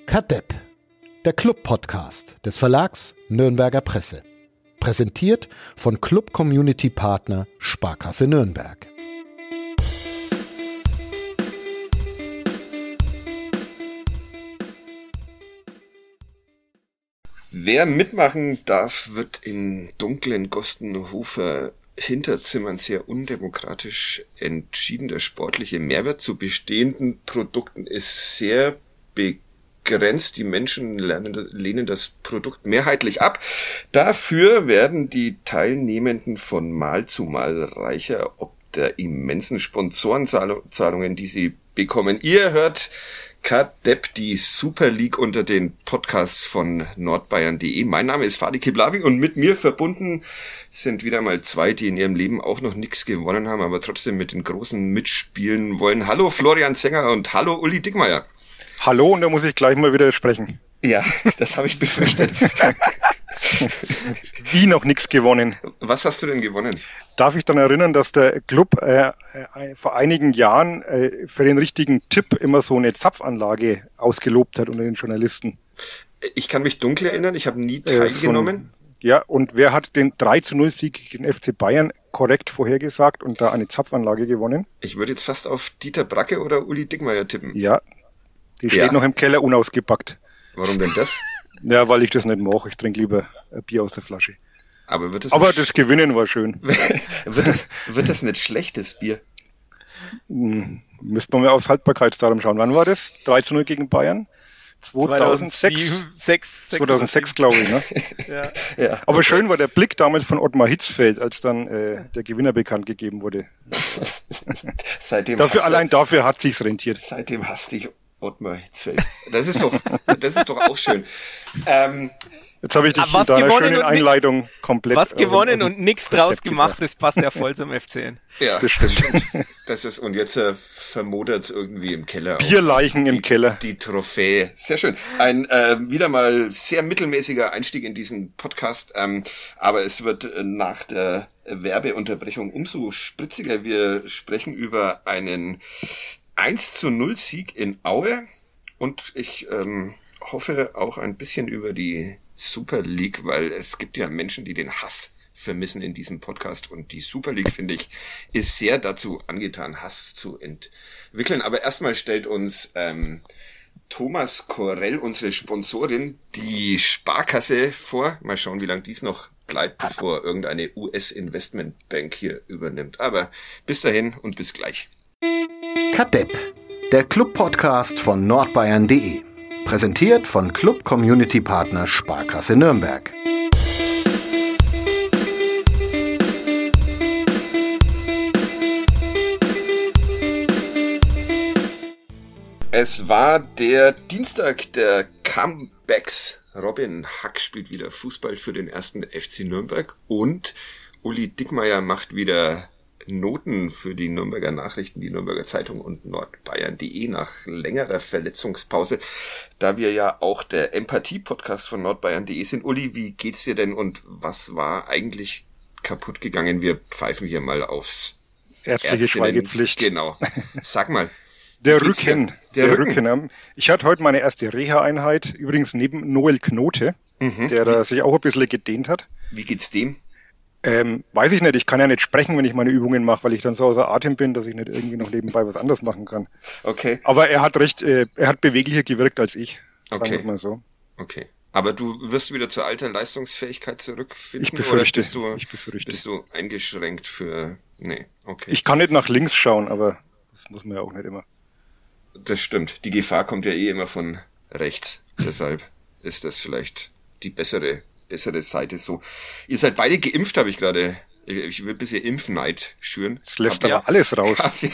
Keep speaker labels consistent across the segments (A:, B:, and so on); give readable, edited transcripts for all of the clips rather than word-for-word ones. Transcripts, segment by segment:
A: Kadepp, der Club-Podcast des Verlags Nürnberger Presse. Präsentiert von Club-Community-Partner Sparkasse Nürnberg.
B: Wer mitmachen darf, wird in dunklen Gostenhofer Hinterzimmern sehr undemokratisch entschieden. Der sportliche Mehrwert zu bestehenden Produkten ist sehr begrenzt. Die Menschen lehnen das Produkt mehrheitlich ab. Dafür werden die Teilnehmenden von Mal zu Mal reicher, ob der immensen Sponsorenzahlungen, die sie bekommen. Ihr hört Kadepp, die Super League unter den Podcasts von nordbayern.de. Mein Name ist Fadi Kiblavi und mit mir verbunden sind wieder mal zwei, die in ihrem Leben auch noch nichts gewonnen haben, aber trotzdem mit den Großen mitspielen wollen. Hallo Florian Zenger und hallo Uli Dickmeyer.
C: Hallo, und da muss ich gleich mal wieder sprechen.
B: Ja, das habe ich befürchtet.
C: Wie noch nichts gewonnen?
B: Was hast du denn gewonnen?
C: Darf ich dann erinnern, dass der Club vor einigen Jahren für den richtigen Tipp immer so eine Zapfanlage ausgelobt hat unter den Journalisten?
B: Ich kann mich dunkel erinnern, ich habe nie teilgenommen.
C: Ja, und wer hat den 3-0-Sieg gegen FC Bayern korrekt vorhergesagt und da eine Zapfanlage gewonnen?
B: Ich würde jetzt fast auf Dieter Bracke oder Uli Dickmeyer tippen.
C: Ja, die steht noch im Keller unausgepackt.
B: Warum denn das?
C: Ja, weil ich das nicht mache. Ich trinke lieber Bier aus der Flasche.
B: Aber
C: das Gewinnen war schön.
B: wird das nicht schlechtes Bier?
C: Müsste man mal aufs Haltbarkeitsdatum schauen. Wann war das? 3-0 gegen Bayern? 2006? 2006, glaube ich, ne?
B: Ja.
C: Aber schön war der Blick damals von Ottmar Hitzfeld, als dann der Gewinner bekannt gegeben wurde. Dafür hat sich's rentiert.
B: Seitdem hasst dich Ottmar Hitzfeld. Das ist doch auch schön.
C: Jetzt habe ich dich in deiner schönen Einleitung komplett...
D: Was gewonnen und nichts draus gemacht, das passt ja voll zum FCN.
B: Ja, das stimmt. Das ist, und jetzt vermodert es irgendwie im Keller.
C: Bierleichen im Keller.
B: Die Trophäe. Sehr schön. Ein wieder mal sehr mittelmäßiger Einstieg in diesen Podcast, aber es wird nach der Werbeunterbrechung umso spritziger. Wir sprechen über einen 1-0 Sieg in Aue und ich hoffe auch ein bisschen über die Super League, weil es gibt ja Menschen, die den Hass vermissen in diesem Podcast und die Super League, finde ich, ist sehr dazu angetan, Hass zu entwickeln. Aber erstmal stellt uns Thomas Korell, unsere Sponsorin, die Sparkasse vor. Mal schauen, wie lange dies noch bleibt, bevor irgendeine US-Investmentbank hier übernimmt. Aber bis dahin und bis gleich.
A: Kadepp, der Club-Podcast von nordbayern.de. Präsentiert von Club-Community-Partner Sparkasse Nürnberg.
B: Es war der Dienstag der Comebacks. Robin Hack spielt wieder Fußball für den 1. FC Nürnberg und Uli Dickmeyer macht wieder Noten für die Nürnberger Nachrichten, die Nürnberger Zeitung und nordbayern.de nach längerer Verletzungspause. Da wir ja auch der Empathie-Podcast von nordbayern.de sind. Uli, wie geht's dir denn und was war eigentlich kaputt gegangen? Wir pfeifen hier mal aufs
C: ärztliche Schweigepflicht.
B: Genau. Sag mal.
C: Der Rücken. Ich hatte heute meine erste Reha-Einheit, übrigens neben Noel Knote, der da sich auch ein bisschen gedehnt hat.
B: Wie geht's dem?
C: Weiß ich nicht, ich kann ja nicht sprechen, wenn ich meine Übungen mache, weil ich dann so außer Atem bin, dass ich nicht irgendwie noch nebenbei was anderes machen kann.
B: Okay.
C: Aber er hat beweglicher gewirkt als ich, sagen wir es mal so.
B: Okay. Aber du wirst wieder zur alter Leistungsfähigkeit zurückfinden?
C: Ich befürchte.
B: Bist du eingeschränkt für... Nee, okay.
C: Ich kann nicht nach links schauen, aber das muss man ja auch nicht immer.
B: Das stimmt. Die Gefahr kommt ja immer von rechts. Deshalb ist das vielleicht die bessere Seite so. Ihr seid beide geimpft, habe ich gerade. Ich will ein bisschen Impfneid schüren.
C: Das lässt aber alles raus.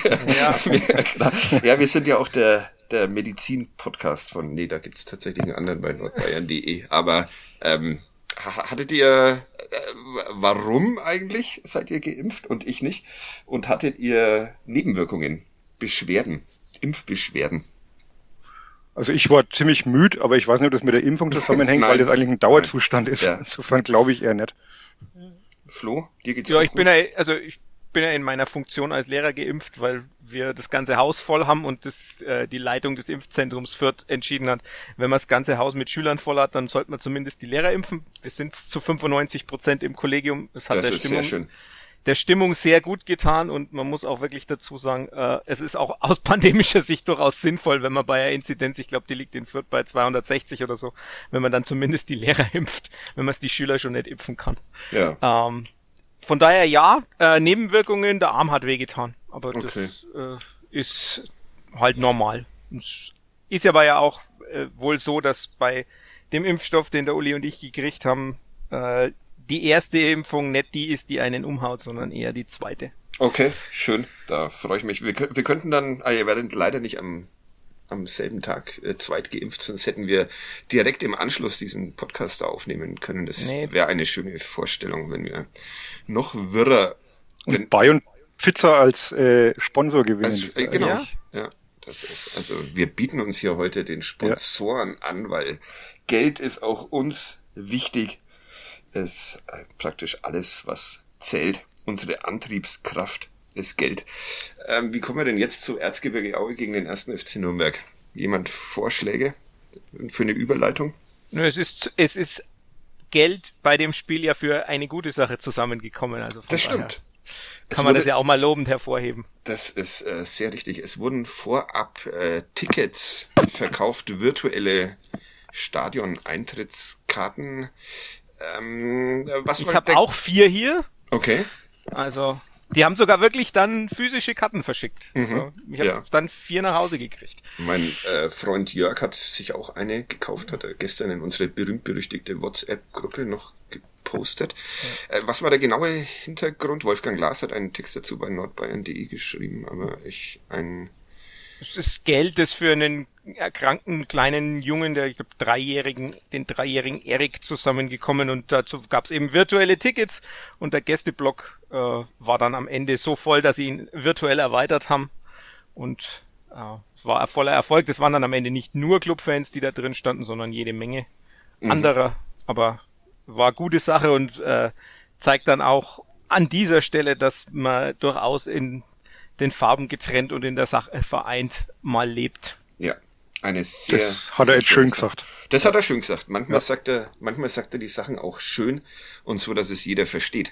B: Ja, wir sind ja auch der Medizin-Podcast von, da gibt's tatsächlich einen anderen bei nordbayern.de. Aber hattet ihr, warum eigentlich seid ihr geimpft und ich nicht? Und hattet ihr Nebenwirkungen, Beschwerden, Impfbeschwerden?
C: Also ich war ziemlich müde, aber ich weiß nicht, ob das mit der Impfung zusammenhängt, weil das eigentlich ein Dauerzustand ist. Ja. Insofern glaube ich eher nicht.
B: Flo, dir geht's
D: ja, ich bin bin ja in meiner Funktion als Lehrer geimpft, weil wir das ganze Haus voll haben und die Leitung des Impfzentrums Fürth entschieden hat, wenn man das ganze Haus mit Schülern voll hat, dann sollte man zumindest die Lehrer impfen. Wir sind zu 95% im Kollegium. Das hat der Stimmung sehr gut getan und man muss auch wirklich dazu sagen, es ist auch aus pandemischer Sicht durchaus sinnvoll, wenn man bei der Inzidenz, ich glaube, die liegt in Fürth bei 260 oder so, wenn man dann zumindest die Lehrer impft, wenn man es die Schüler schon nicht impfen kann.
B: Ja.
D: Von daher ja, Nebenwirkungen, der Arm hat wehgetan, aber das ist halt normal. Es ist aber ja auch wohl so, dass bei dem Impfstoff, den der Uli und ich gekriegt haben, die erste Impfung nicht die ist, die einen umhaut, sondern eher die zweite.
B: Okay, schön. Da freue ich mich. Wir könnten dann, ihr werdet leider nicht am selben Tag zweit geimpft, sonst hätten wir direkt im Anschluss diesen Podcast da aufnehmen können. Das wäre eine schöne Vorstellung, wenn wir noch wirrer...
C: Und Bayern Pizza als Sponsor gewinnen.
B: Genau, ja. Das ist, also wir bieten uns hier heute den Sponsoren an, weil Geld ist auch uns wichtig. Ist praktisch alles, was zählt. Unsere Antriebskraft ist Geld. Wie kommen wir denn jetzt zu Erzgebirge Aue gegen den 1. FC Nürnberg? Jemand Vorschläge für eine Überleitung?
D: Es ist Geld bei dem Spiel ja für eine gute Sache zusammengekommen. Also
B: das stimmt.
D: Kann man das ja auch mal lobend hervorheben.
B: Das ist sehr richtig. Es wurden vorab Tickets verkauft, virtuelle Stadion-Eintrittskarten.
D: Ich habe auch 4 hier.
B: Okay.
D: Also, die haben sogar wirklich dann physische Karten verschickt. Also, ich habe dann 4 nach Hause gekriegt.
B: Mein Freund Jörg hat sich auch eine gekauft, hat er gestern in unsere berühmt-berüchtigte WhatsApp-Gruppe noch gepostet. Ja. Was war der genaue Hintergrund? Wolfgang Glas hat einen Text dazu bei nordbayern.de geschrieben, aber
D: es ist Geld, das für einen erkrankten kleinen Jungen, ich glaube den 3-jährigen Erik zusammengekommen und dazu gab es eben virtuelle Tickets und der Gästeblock war dann am Ende so voll, dass sie ihn virtuell erweitert haben und es war ein voller Erfolg. Das waren dann am Ende nicht nur Clubfans, die da drin standen, sondern jede Menge anderer, aber war gute Sache und zeigt dann auch an dieser Stelle, dass man durchaus in den Farben getrennt und in der Sache vereint mal lebt.
B: Ja,
C: das hat er jetzt schön gesagt.
B: Das hat er schön gesagt. Manchmal sagt er die Sachen auch schön und so, dass es jeder versteht.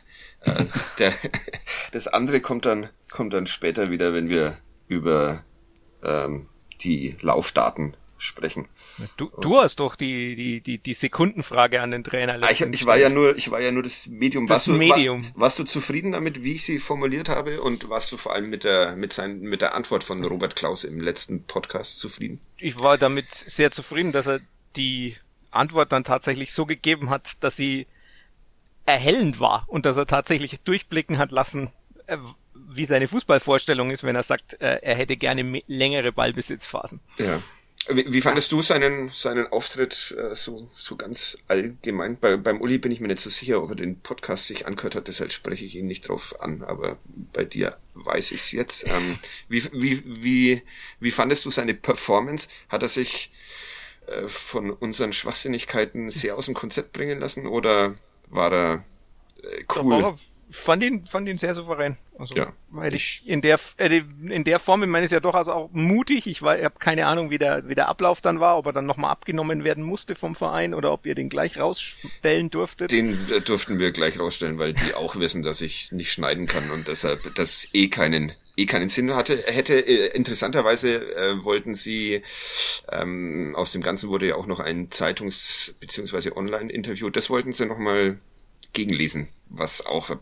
B: Das andere kommt dann später wieder, wenn wir über die Laufdaten sprechen.
D: Du hast doch die Sekundenfrage an den Trainer.
B: Ich war ja nur das Medium. Warst du zufrieden damit, wie ich sie formuliert habe, und warst du vor allem mit der Antwort von Robert Klaus im letzten Podcast zufrieden?
D: Ich war damit sehr zufrieden, dass er die Antwort dann tatsächlich so gegeben hat, dass sie erhellend war und dass er tatsächlich durchblicken hat lassen, wie seine Fußballvorstellung ist, wenn er sagt, er hätte gerne längere Ballbesitzphasen.
B: Ja. Wie fandest du seinen Auftritt so ganz allgemein? Beim Uli bin ich mir nicht so sicher, ob er den Podcast sich angehört hat, deshalb spreche ich ihn nicht drauf an, aber bei dir weiß ich es jetzt. Wie fandest du seine Performance? Hat er sich von unseren Schwachsinnigkeiten sehr aus dem Konzept bringen lassen oder war er cool?
D: Ich fand ihn sehr souverän. Also,
B: ja,
D: weil ich in der Form, ich meine, ist ja durchaus auch mutig. Ich habe keine Ahnung, wie der Ablauf dann war, ob er dann nochmal abgenommen werden musste vom Verein oder ob ihr den gleich rausstellen durftet.
B: Den durften wir gleich rausstellen, weil die auch wissen, dass ich nicht schneiden kann und deshalb das keinen Sinn hätte. Interessanterweise wollten sie, aus dem Ganzen wurde ja auch noch ein Zeitungs- bzw. Online-Interview, das wollten sie nochmal gegenlesen, was auch,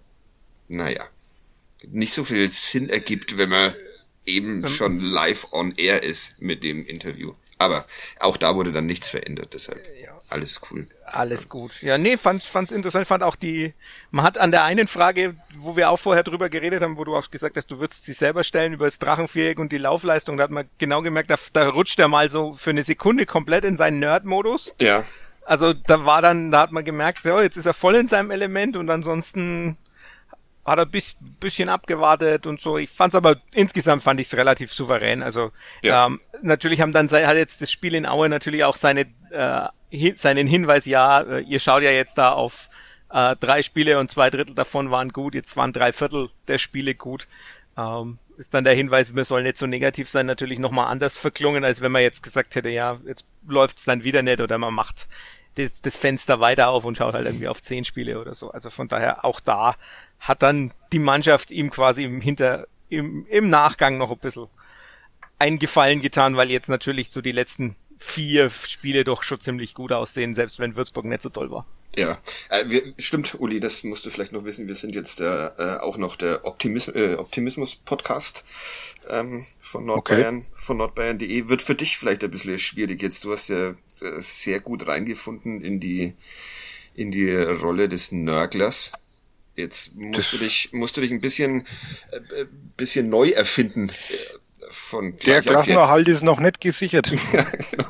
B: nicht so viel Sinn ergibt, wenn man eben schon live on air ist mit dem Interview. Aber auch da wurde dann nichts verändert, deshalb alles cool.
D: Alles gut. Ja, fand's interessant. Fand auch man hat an der einen Frage, wo wir auch vorher drüber geredet haben, wo du auch gesagt hast, du würdest sie selber stellen über das Drachenviereck und die Laufleistung, da hat man genau gemerkt, da rutscht er mal so für eine Sekunde komplett in seinen Nerd-Modus.
B: Ja.
D: Also da hat man gemerkt, so, jetzt ist er voll in seinem Element und ansonsten hat er ein bisschen abgewartet und so. Insgesamt fand ich es relativ souverän. Also natürlich hat jetzt das Spiel in Aue natürlich auch seinen Hinweis, ihr schaut ja jetzt da auf 3 Spiele und 2/3 davon waren gut, jetzt waren 3/4 der Spiele gut. Ist dann der Hinweis, wir sollen nicht so negativ sein, natürlich nochmal anders verklungen, als wenn man jetzt gesagt hätte, ja, jetzt läuft's dann wieder nicht oder man macht das Fenster weiter auf und schaut halt irgendwie auf 10 Spiele oder so. Also von daher auch da hat dann die Mannschaft ihm quasi im Nachgang noch ein bisschen einen Gefallen getan, weil jetzt natürlich so die letzten 4 Spiele doch schon ziemlich gut aussehen, selbst wenn Würzburg nicht so toll war.
B: Ja, stimmt, Uli, das musst du vielleicht noch wissen. Wir sind jetzt auch noch der Optimismus-Podcast von Nordbayern, von nordbayern.de. Wird für dich vielleicht ein bisschen schwierig jetzt. Du hast ja sehr gut reingefunden in die Rolle des Nörglers. Jetzt musst du dich ein bisschen neu erfinden.
C: Der Klassenerhalt ist noch nicht gesichert.
B: Ja, genau.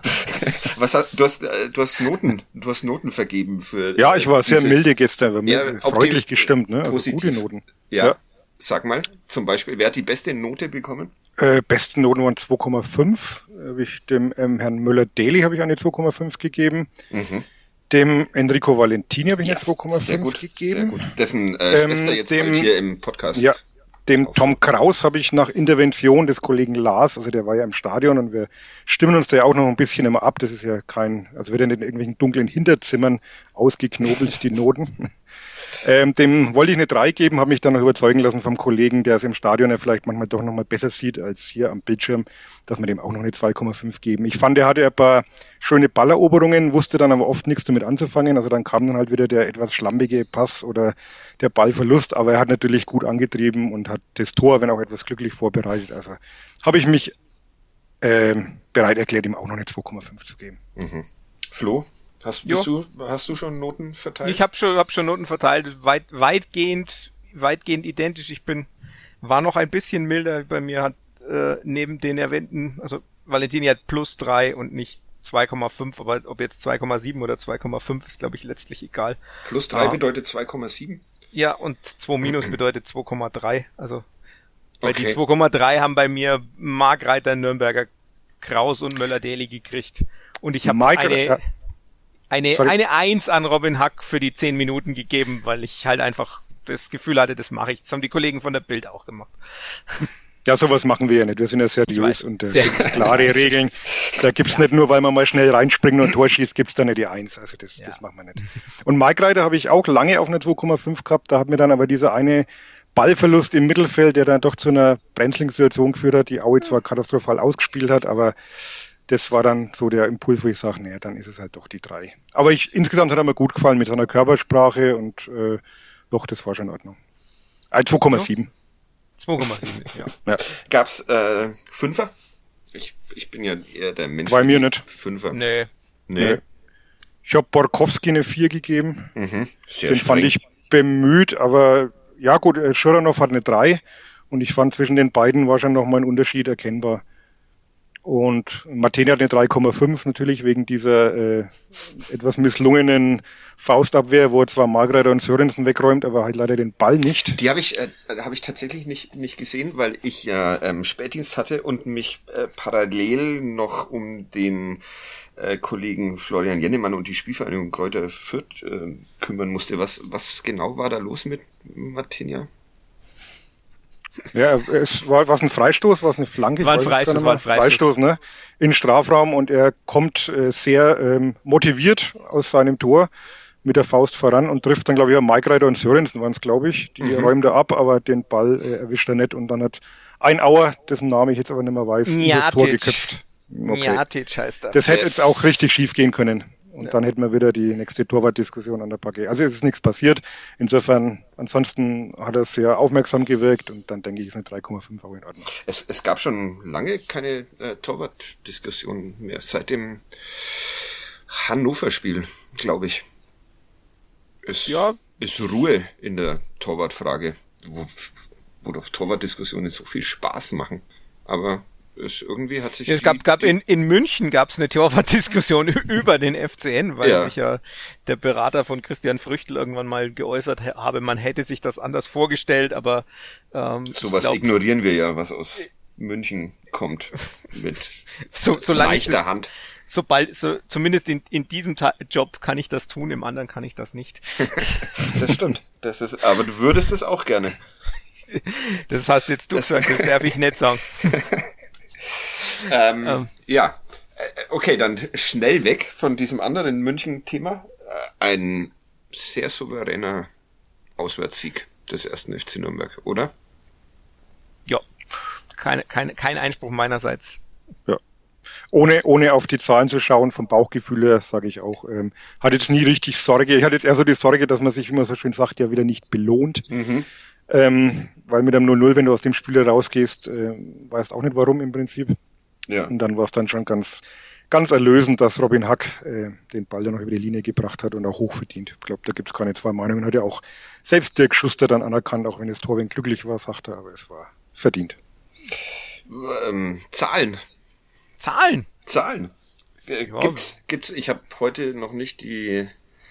B: Du hast Noten vergeben für.
C: Ja, ich war sehr milde gestern, war mir freundlich gestimmt, ne? Also gute Noten.
B: Ja. Sag mal, zum Beispiel, wer hat die beste Note bekommen?
C: Besten Noten waren 2,5. Habe ich dem Herrn Müller-Deli habe ich eine 2,5 gegeben. Mhm. Dem Enrico Valentini habe ich eine 2,5 gegeben. Sehr gut.
B: Dessen Schwester jetzt bald hier im Podcast. Ja.
C: Dem Tom Kraus habe ich nach Intervention des Kollegen Lars, also der war ja im Stadion und wir stimmen uns da ja auch noch ein bisschen immer ab. Das ist ja also wird ja nicht in irgendwelchen dunklen Hinterzimmern ausgeknobelt, die Noten. Dem wollte ich eine 3 geben, habe mich dann noch überzeugen lassen vom Kollegen, der es im Stadion ja vielleicht manchmal doch noch mal besser sieht als hier am Bildschirm, dass wir dem auch noch eine 2,5 geben. Ich fand, er hatte ein paar schöne Balleroberungen, wusste dann aber oft nichts damit anzufangen. Also dann kam dann halt wieder der etwas schlampige Pass oder der Ballverlust, aber er hat natürlich gut angetrieben und hat das Tor, wenn auch etwas glücklich vorbereitet. Also habe ich mich bereit erklärt, ihm auch noch eine 2,5 zu geben.
B: Mhm. Flo? Hast du schon Noten verteilt?
D: Ich habe schon Noten verteilt, weitgehend identisch. War noch ein bisschen milder. Bei mir hat neben den erwähnten, also Valentini hat +3 und nicht 2,5, aber ob jetzt 2,7 oder 2,5 ist, glaube ich, letztlich egal.
B: +3 bedeutet 2,7?
D: Ja, und 2- bedeutet 2,3. Also weil die 2,3 haben bei mir Markreiter, Nürnberger, Kraus und Müller-Deli gekriegt. Und ich habe eine 1 an Robin Hack für die 10 Minuten gegeben, weil ich halt einfach das Gefühl hatte, das mache ich. Das haben die Kollegen von der Bild auch gemacht.
C: Ja, sowas machen wir ja nicht. Wir sind ja seriös und klare Regeln. Da gibt's nicht nur, weil man mal schnell reinspringt und ein Tor schießt, gibt's da nicht die 1. Also das machen wir nicht. Und Mike Reiter habe ich auch lange auf einer 2,5 gehabt. Da hat mir dann aber dieser eine Ballverlust im Mittelfeld, der dann doch zu einer Brenzling-Situation geführt hat, die Aue zwar katastrophal ausgespielt hat, aber das war dann so der Impuls, wo ich sage, naja, dann ist es halt doch die 3. Aber insgesamt hat er mir gut gefallen mit seiner Körpersprache und doch, das war schon in Ordnung. 2,7.
D: 2,7,
C: ja.
B: Gab's 5er? Ich bin ja eher der Mensch.
C: Bei mir nicht.
B: 5er.
D: Nee.
C: Ich habe Borkowski eine 4 gegeben.
B: Mhm.
C: Den fand ich bemüht, aber ja gut, Schuranov hat eine 3 und ich fand zwischen den beiden war schon noch mal ein Unterschied erkennbar. Und Martini hat eine 3,5 natürlich wegen dieser etwas misslungenen Faustabwehr, wo er zwar Margreiter und Sörensen wegräumt, aber halt leider den Ball nicht.
B: Die habe ich tatsächlich nicht gesehen, weil ich ja Spätdienst hatte und mich parallel noch um den Kollegen Florian Jennemann und die Spielvereinigung Kräuter Fürth kümmern musste. Was genau war da los mit Martinia?
C: Ja, es war ein Freistoß, war es eine Flanke?
D: War ein
C: Freistoß, ne? In Strafraum und er kommt sehr motiviert aus seinem Tor mit der Faust voran und trifft dann, glaube ich, Mike Reiter und Sörensen waren es, glaube ich. Die räumt er ab, aber den Ball erwischt er nicht und dann hat ein Auer, dessen Name ich jetzt aber nicht mehr weiß, in das Tor geköpft.
D: Okay. Heißt
C: das hätte jetzt auch richtig schief gehen können. Und dann hätten wir wieder die nächste Torwartdiskussion an der Backe. Also es ist nichts passiert. Insofern, ansonsten hat er sehr aufmerksam gewirkt und dann denke ich, ist eine 3,5 auch in Ordnung.
B: Es gab schon lange keine Torwartdiskussion mehr. Seit dem Hannover-Spiel, glaube ich. Ist Ruhe in der Torwartfrage, wo doch Torwartdiskussionen so viel Spaß machen. Aber irgendwie hat sich
D: in München gab's eine Torwartdiskussion über den FCN, weil sich ja der Berater von Christian Früchtl irgendwann mal geäußert habe, man hätte sich das anders vorgestellt, aber
B: sowas ignorieren wir ja, was aus München kommt mit leichter Hand.
D: zumindest in diesem Job kann ich das tun, im anderen kann ich das nicht.
B: Das stimmt. Aber du würdest es auch gerne.
D: Das hast jetzt du gesagt, das darf ich nicht sagen.
B: Ja, okay, dann schnell weg von diesem anderen München-Thema. Ein sehr souveräner Auswärtssieg des 1. FC Nürnberg, oder?
D: Ja, kein Einspruch meinerseits.
C: Ja. Ohne auf die Zahlen zu schauen, vom Bauchgefühl her, sage ich auch, hatte jetzt nie richtig Sorge. Ich hatte jetzt eher so die Sorge, dass man sich, wie man so schön sagt, ja wieder nicht belohnt. Weil mit einem 0-0, wenn du aus dem Spiel rausgehst, weißt auch nicht warum im Prinzip.
B: Ja.
C: Und dann war es dann schon ganz erlösend, dass Robin Hack den Ball dann noch über die Linie gebracht hat und auch hochverdient. Ich glaube, da gibt's keine zwei Meinungen. Hat ja auch selbst Dirk Schuster dann anerkannt, auch wenn das Tor glücklich war, sagt er, aber es war verdient.
B: Zahlen.
D: Ja.
B: Gibt's, ich habe heute noch nicht die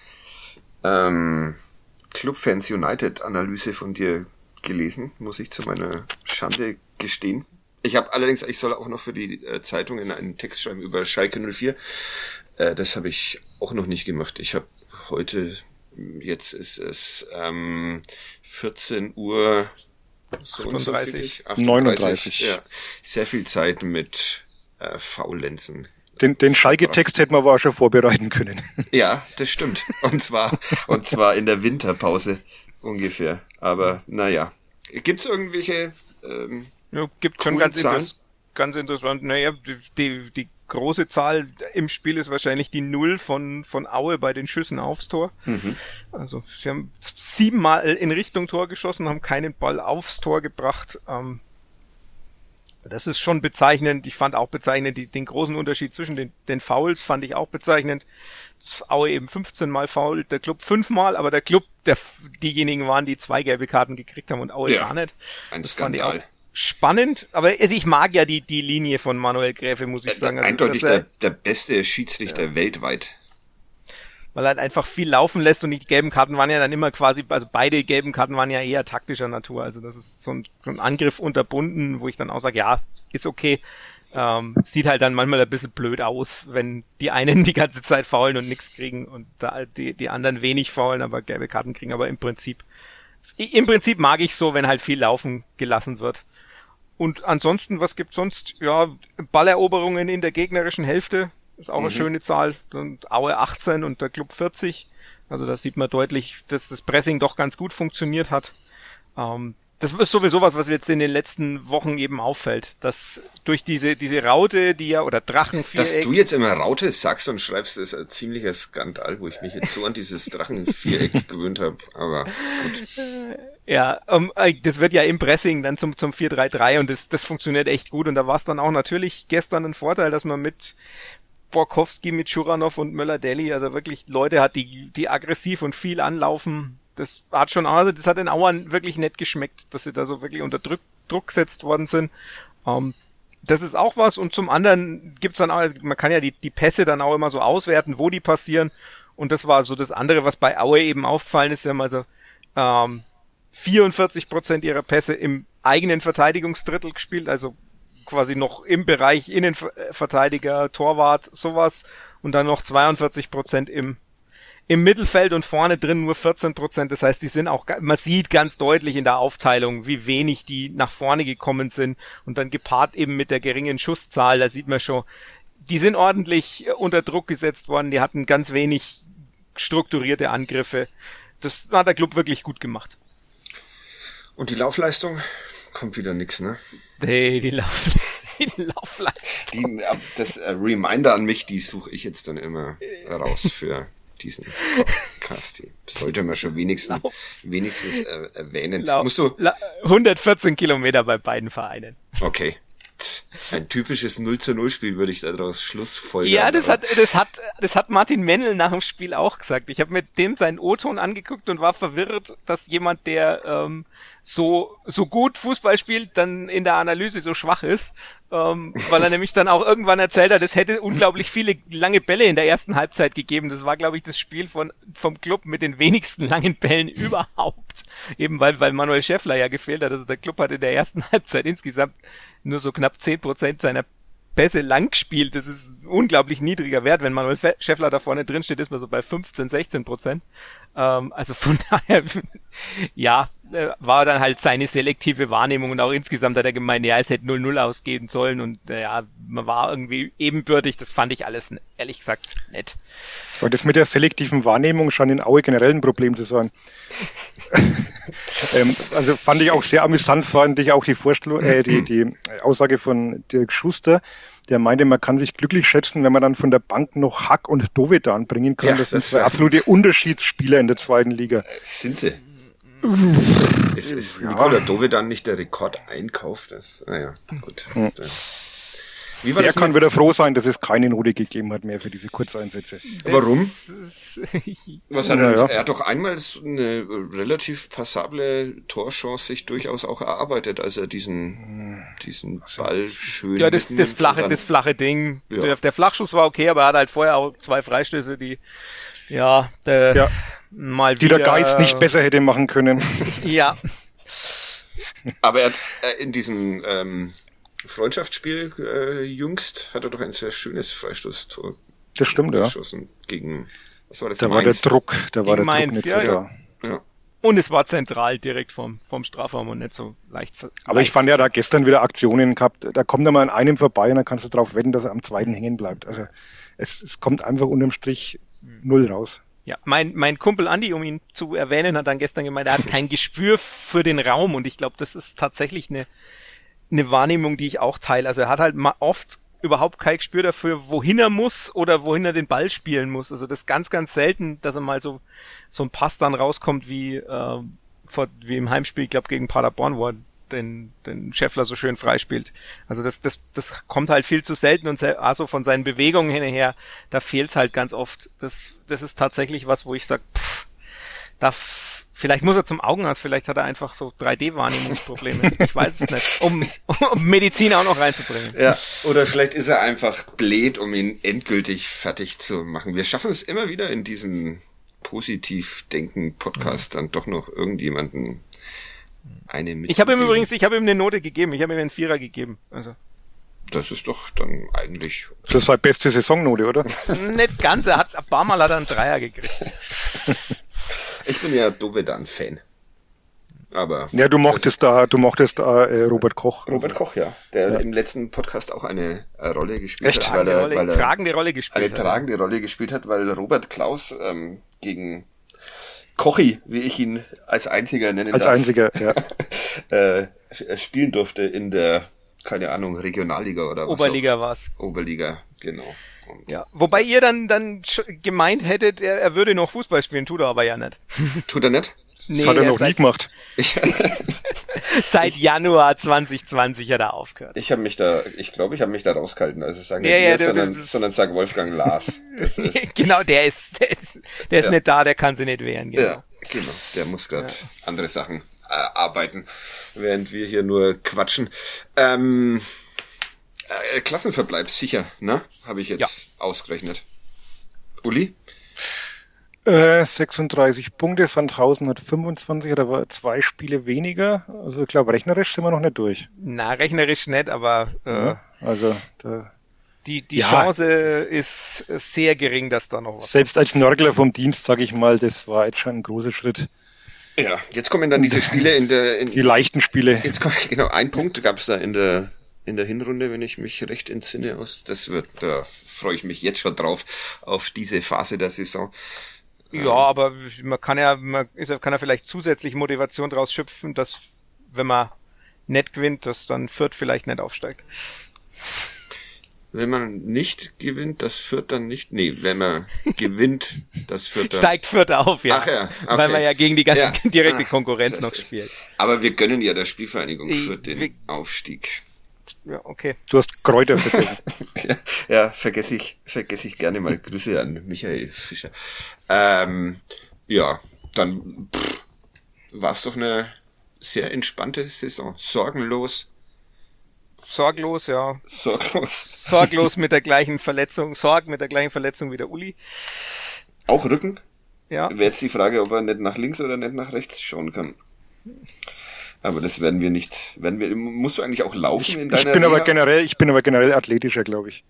B: Clubfans United Analyse von dir gelesen, muss ich zu meiner Schande gestehen. Ich habe allerdings, ich soll auch noch für die Zeitung in einen Text schreiben über Schalke 04. Das habe ich auch noch nicht gemacht. Ich habe heute, jetzt ist es 14 Uhr so
D: 38.
C: 39.
B: Ja, sehr viel Zeit mit Faulenzen.
C: Den Schalke-Text hätten wir aber auch schon vorbereiten können.
B: Ja, das stimmt. Und zwar in der Winterpause ungefähr. Aber naja. Gibt's irgendwelche
D: Ja, gibt schon ganz interessant. Naja, die große Zahl im Spiel ist wahrscheinlich die 0 von Aue bei den Schüssen aufs Tor. Also sie haben 7-mal in Richtung Tor geschossen, haben keinen Ball aufs Tor gebracht. Das ist schon bezeichnend. Ich fand auch bezeichnend den großen Unterschied zwischen den Fouls, fand ich auch bezeichnend. Aue eben 15-mal foult, der Club 5-mal, aber der Club, diejenigen waren, die 2 gelbe Karten gekriegt haben und Aue gar nicht.
B: Ein
D: das
B: Skandal.
D: Fand ich auch spannend, aber also ich mag ja die Linie von Manuel Gräfe, muss ich sagen. Also,
B: eindeutig der beste Schiedsrichter weltweit.
D: Weil er halt einfach viel laufen lässt und die gelben Karten waren ja dann immer quasi, also beide gelben Karten waren ja eher taktischer Natur. Also das ist so ein Angriff unterbunden, wo ich dann auch sage, ja, ist okay. Sieht halt dann manchmal ein bisschen blöd aus, wenn die einen die ganze Zeit faulen und nichts kriegen und da die anderen wenig faulen, aber gelbe Karten kriegen. Aber im Prinzip mag ich so, wenn halt viel laufen gelassen wird. Und ansonsten, was gibt's sonst? Ja, Balleroberungen in der gegnerischen Hälfte ist auch eine schöne Zahl. Und Aue 18 und der Club 40. Also da sieht man deutlich, dass das Pressing doch ganz gut funktioniert hat. Das ist sowieso was jetzt in den letzten Wochen eben auffällt, dass durch diese Raute, die ja, oder Drachenviereck...
B: Dass du jetzt immer Raute sagst und schreibst, ist ein ziemlicher Skandal, wo ich mich jetzt so an dieses Drachenviereck gewöhnt habe, aber gut.
D: Ja, das wird ja im Pressing dann zum 4-3-3 und das funktioniert echt gut und da war es dann auch natürlich gestern ein Vorteil, dass man mit Borkowski, mit Schuranov und Möller-Deli, also wirklich Leute hat, die aggressiv und viel anlaufen. Das hat den Auern wirklich nett geschmeckt, dass sie da so wirklich unter Druck gesetzt worden sind. Das ist auch was. Und zum anderen gibt's dann auch, man kann ja die Pässe dann auch immer so auswerten, wo die passieren. Und das war so das andere, was bei Aue eben aufgefallen ist. Sie haben also 44% ihrer Pässe im eigenen Verteidigungsdrittel gespielt, also quasi noch im Bereich Innenverteidiger, Torwart, sowas. Und dann noch 42% im Mittelfeld und vorne drin nur 14%. Das heißt, die sind auch, man sieht ganz deutlich in der Aufteilung, wie wenig die nach vorne gekommen sind. Und dann gepaart eben mit der geringen Schusszahl, da sieht man schon, die sind ordentlich unter Druck gesetzt worden. Die hatten ganz wenig strukturierte Angriffe. Das hat der Club wirklich gut gemacht.
B: Und die Laufleistung? Kommt wieder nix, ne?
D: Nee, die Laufleistung.
B: Das Reminder an mich, die suche ich jetzt dann immer raus für diesen Podcast hier. Sollte man schon wenigstens erwähnen. Musst du
D: 114 Kilometer bei beiden Vereinen.
B: Okay. Ein typisches 0-0-Spiel würde ich daraus schlussfolgern.
D: Ja, das hat Martin Mennel nach dem Spiel auch gesagt. Ich habe mit dem seinen O-Ton angeguckt und war verwirrt, dass jemand, der so gut Fußball spielt, dann in der Analyse so schwach ist, weil er nämlich dann auch irgendwann erzählt hat, es hätte unglaublich viele lange Bälle in der ersten Halbzeit gegeben. Das war, glaube ich, das Spiel vom Club mit den wenigsten langen Bällen überhaupt. Eben weil Manuel Schäffler ja gefehlt hat. Also der Club hat in der ersten Halbzeit insgesamt nur so knapp 10% seiner Pässe lang gespielt. Das ist ein unglaublich niedriger Wert. Wenn Manuel Schäffler da vorne drin steht, ist man so bei 15-16%. Also von daher, ja, war dann halt seine selektive Wahrnehmung und auch insgesamt hat er gemeint, ja, es hätte 0-0 ausgehen sollen und ja, man war irgendwie ebenbürtig. Das fand ich alles, ehrlich gesagt, nett.
C: Aber das mit der selektiven Wahrnehmung scheint in Aue generell ein Problem zu sein. Also fand ich auch sehr amüsant, fand ich auch die Aussage von Dirk Schuster, der meinte, man kann sich glücklich schätzen, wenn man dann von der Bank noch Hack und Dovedan bringen kann. Ja, das sind zwei absolute Unterschiedsspieler in der zweiten Liga.
B: Sind sie? Ist Nikola Dovedan nicht der Rekordeinkauf? Naja, gut.
C: Der kann wieder froh sein, dass es keine Note gegeben hat mehr für diese Kurzeinsätze.
B: Warum? Was hat er? Er hat doch einmal eine relativ passable Torchance sich durchaus auch erarbeitet, als er diesen Ball schön...
D: Ja, das flache Ding. Ja. Der Flachschuss war okay, aber er hat halt vorher auch 2 Freistöße, die mal
C: die
D: wieder,
C: der Geist nicht besser hätte machen können.
B: Ja. Aber er hat in diesem Freundschaftsspiel jüngst hat er doch ein sehr schönes Freistoßtor.
C: Das stimmt,
B: geschossen gegen, was war das?
C: Da war der Druck
D: nicht so da. Ja. Und es war zentral direkt vom Strafraum und nicht so leicht.
C: Aber ich fand ja da gestern wieder Aktionen gehabt. Da kommt er mal an einem vorbei und dann kannst du drauf wetten, dass er am zweiten hängen bleibt. Also es kommt einfach unterm Strich 0 raus.
D: Ja, mein Kumpel Andi, um ihn zu erwähnen, hat dann gestern gemeint, er hat kein Gespür für den Raum und ich glaube, das ist tatsächlich eine Wahrnehmung, die ich auch teile. Also er hat halt mal oft überhaupt kein Gespür dafür, wohin er muss oder wohin er den Ball spielen muss. Also das ist ganz, ganz selten, dass er mal so ein Pass dann rauskommt wie im Heimspiel, ich glaube gegen Paderborn, wo er den Schäffler so schön freispielt. Also das kommt halt viel zu selten und also von seinen Bewegungen her, da fehlt's halt ganz oft. Das ist tatsächlich was, wo ich sage, vielleicht muss er zum Augenarzt, vielleicht hat er einfach so 3D-Wahrnehmungsprobleme. Ich weiß es nicht, um Medizin auch noch reinzubringen.
B: Ja, oder vielleicht ist er einfach blöd, um ihn endgültig fertig zu machen. Wir schaffen es immer wieder in diesem Positiv-Denken-Podcast dann doch noch irgendjemanden eine mitzugeben.
D: Ich habe ihm eine Note gegeben, ich habe ihm einen 4er gegeben. Also.
B: Das ist doch dann eigentlich...
C: Das ist seine beste Saisonnote, oder?
D: Nicht ganz, ein paar Mal hat er einen 3er gekriegt.
B: Ich bin ja Dovedan-Fan. Aber...
C: Ja, du mochtest Robert Koch.
B: Robert Koch, ja. Der im letzten Podcast auch eine Rolle gespielt hat.
D: Eine tragende Rolle
B: gespielt hat, weil Robert Klaus gegen Kochi, wie ich ihn als einziger nennen darf.
C: Als einziger, ja.
B: Spielen durfte in der, keine Ahnung, Regionalliga oder was.
D: Oberliga war's.
B: Oberliga, genau.
D: Und ja, wobei ihr dann gemeint hättet, er würde noch Fußball spielen, tut er aber ja nicht.
B: Tut er nicht?
C: Nee, das hat er noch nie gemacht.
D: Seit Januar 2020 hat er aufgehört.
B: Ich habe mich da rausgehalten, also sagen sondern sag Wolfgang Lars. Das ist
D: genau, der ist nicht da, der kann sie nicht wehren. Genau.
B: Ja, genau, der muss gerade andere Sachen arbeiten, während wir hier nur quatschen. Klassenverbleib sicher, ne? Habe ich jetzt ausgerechnet. Uli?
C: 36 Punkte, Sandhausen hat 25, da war 2 Spiele weniger. Also ich glaube, rechnerisch sind wir noch nicht durch.
D: Na, rechnerisch nicht, aber die Chance ist sehr gering, dass da noch was
C: selbst als Nörgler vom Dienst, sage ich mal, das war jetzt schon ein großer Schritt.
B: Ja, jetzt kommen dann diese Spiele
C: die leichten Spiele.
B: Jetzt kommt genau ein Punkt gab es da in der Hinrunde, wenn ich mich recht entsinne, da freue ich mich jetzt schon drauf auf diese Phase der Saison.
D: Ja, aber man kann ja vielleicht zusätzlich Motivation draus schöpfen, dass wenn man nicht gewinnt, dass dann Fürth vielleicht nicht aufsteigt.
B: Wenn man nicht gewinnt, das Fürth dann nicht... Nee, wenn man gewinnt, das Fürth dann...
D: Steigt Fürth auf, ja.
B: Ach ja, okay.
D: Weil man ja gegen die ganze direkte Konkurrenz noch spielt.
B: Aber wir gönnen ja der Spielvereinigung Fürth den Aufstieg.
D: Ja, okay.
C: Du hast Kräuter vergessen.
B: Ja, vergesse ich gerne mal. Grüße an Michael Fischer. Ja, dann war es doch eine sehr entspannte Saison. Sorglos,
D: ja.
B: Sorglos.
D: Sorglos mit der gleichen Verletzung. Wie der Uli.
B: Auch Rücken?
D: Ja.
B: Wäre jetzt die Frage, ob er nicht nach links oder nicht nach rechts schauen kann. Aber das musst du eigentlich auch laufen in deiner
C: Ich bin aber generell athletischer, glaube ich.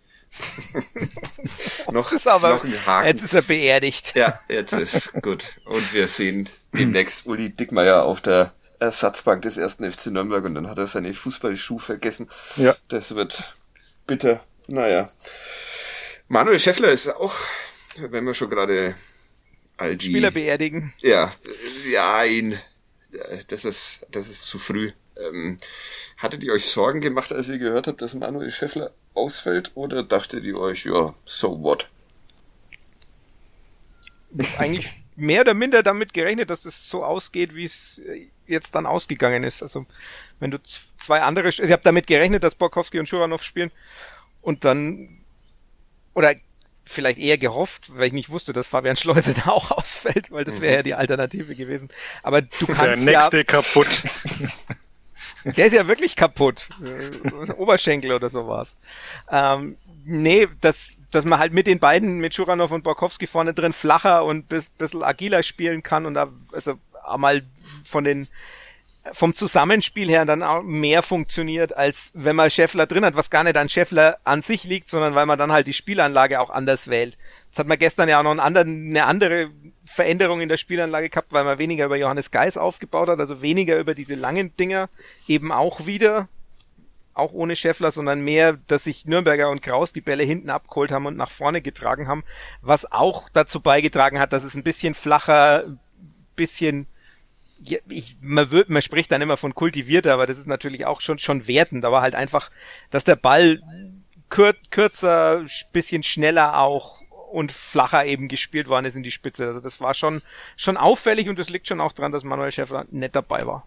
B: noch
D: ist aber,
B: noch ein Haken.
D: Jetzt ist er beerdigt.
B: Ja, jetzt ist gut. Und wir sehen demnächst Uli Dickmeyer auf der Ersatzbank des 1. FC Nürnberg und dann hat er seine Fußballschuhe vergessen.
C: Ja.
B: Das wird bitter. Naja. Manuel Schäffler ist auch, wenn wir schon gerade all die
D: Spieler beerdigen.
B: Ja, das ist zu früh. Hattet ihr euch Sorgen gemacht, als ihr gehört habt, dass Manuel Schäffler ausfällt, oder dachtet ihr euch, ja, so what?
D: Eigentlich mehr oder minder damit gerechnet, dass es so ausgeht, wie es jetzt dann ausgegangen ist. Also wenn du ich habe damit gerechnet, dass Borkowski und Schuranov spielen und dann, oder vielleicht eher gehofft, weil ich nicht wusste, dass Fabian Schleuse da auch ausfällt, weil das wäre ja die Alternative gewesen. Aber du kannst
C: der nächste kaputt.
D: Der ist ja wirklich kaputt. Oberschenkel oder so war's. Dass man halt mit den beiden, mit Schuranov und Borkowski vorne drin flacher und bisschen agiler spielen kann und da, also einmal vom Zusammenspiel her dann auch mehr funktioniert, als wenn man Schäffler drin hat, was gar nicht an Schäffler an sich liegt, sondern weil man dann halt die Spielanlage auch anders wählt. Das hat man gestern ja auch noch eine andere Veränderung in der Spielanlage gehabt, weil man weniger über Johannes Geis aufgebaut hat, also weniger über diese langen Dinger, eben auch wieder, auch ohne Schäffler, sondern mehr, dass sich Nürnberger und Kraus die Bälle hinten abgeholt haben und nach vorne getragen haben, was auch dazu beigetragen hat, dass es ein bisschen flacher, bisschen, ja, man spricht dann immer von kultivierter, aber das ist natürlich auch schon wertend, aber halt einfach, dass der Ball kürzer, bisschen schneller auch und flacher eben gespielt worden ist in die Spitze. Also das war schon auffällig und das liegt schon auch dran, dass Manuel Schäffler nicht dabei war.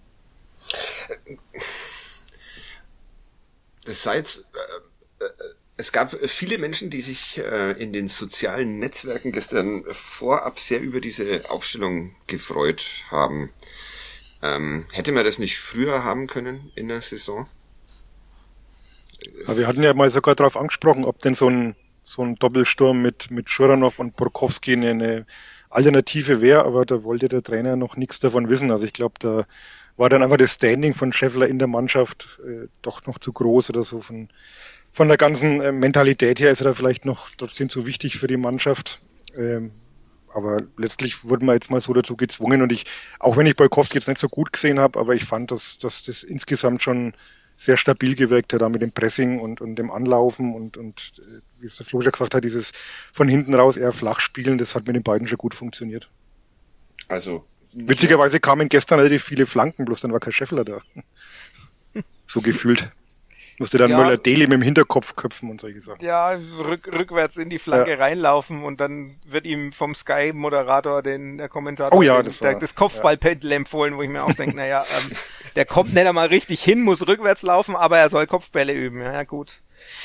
B: Das sei jetzt, es gab viele Menschen, die sich in den sozialen Netzwerken gestern vorab sehr über diese Aufstellung gefreut haben. Hätte man das nicht früher haben können in der Saison?
C: Aber wir hatten ja mal sogar darauf angesprochen, ob denn so ein Doppelsturm mit Schuranov und Borkowski eine Alternative wäre, aber da wollte der Trainer noch nichts davon wissen. Also ich glaube, da war dann einfach das Standing von Schäffler in der Mannschaft doch noch zu groß oder so. Von der ganzen Mentalität her ist er da vielleicht noch trotzdem zu wichtig für die Mannschaft. Aber letztlich wurden wir jetzt mal so dazu gezwungen und auch wenn ich Borkowski jetzt nicht so gut gesehen habe, aber ich fand, dass das insgesamt schon sehr stabil gewirkt hat, da mit dem Pressing und dem Anlaufen und wie es der Flo schon gesagt hat, dieses von hinten raus eher flach spielen, das hat mit den beiden schon gut funktioniert.
B: Also
C: witzigerweise kamen gestern relativ viele Flanken, bloß dann war kein Schäffler da. So gefühlt. Musste dann Müller-Deli mit dem Hinterkopf köpfen und solche Sachen.
D: Ja, rückwärts in die Flanke reinlaufen und dann wird ihm vom Sky-Moderator, der Kommentator, das Kopfballpendel empfohlen, wo ich mir auch denke, naja, der kommt nicht einmal richtig hin, muss rückwärts laufen, aber er soll Kopfbälle üben. Ja, gut.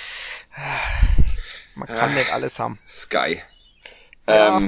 D: Man kann nicht alles haben.
B: Sky.
D: Ja.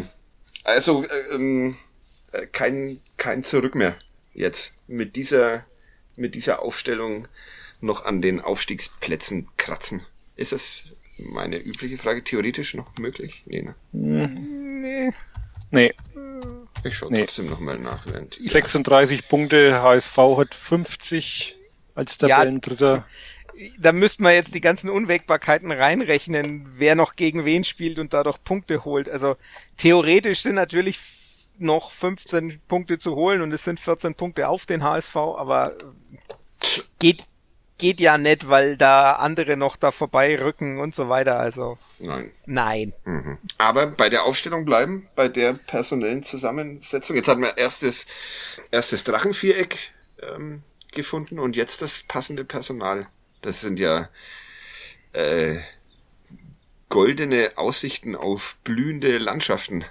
B: Kein Zurück mehr jetzt. Mit dieser Aufstellung noch an den Aufstiegsplätzen kratzen. Ist das meine übliche Frage theoretisch noch möglich? Nee, ne?
C: Nee.
B: Ich schaue trotzdem nochmal nach.
C: 36 Punkte, HSV hat 50 als Tabellendritter.
D: Ja, da müsste man jetzt die ganzen Unwägbarkeiten reinrechnen, wer noch gegen wen spielt und dadurch Punkte holt. Also theoretisch sind natürlich noch 15 Punkte zu holen und es sind 14 Punkte auf den HSV, aber geht ja nicht, weil da andere noch da vorbeirücken und so weiter, also nein.
B: Mhm. Aber bei der Aufstellung bleiben, bei der personellen Zusammensetzung. Jetzt hatten wir erstes Drachenviereck gefunden und jetzt das passende Personal. Das sind ja goldene Aussichten auf blühende Landschaften.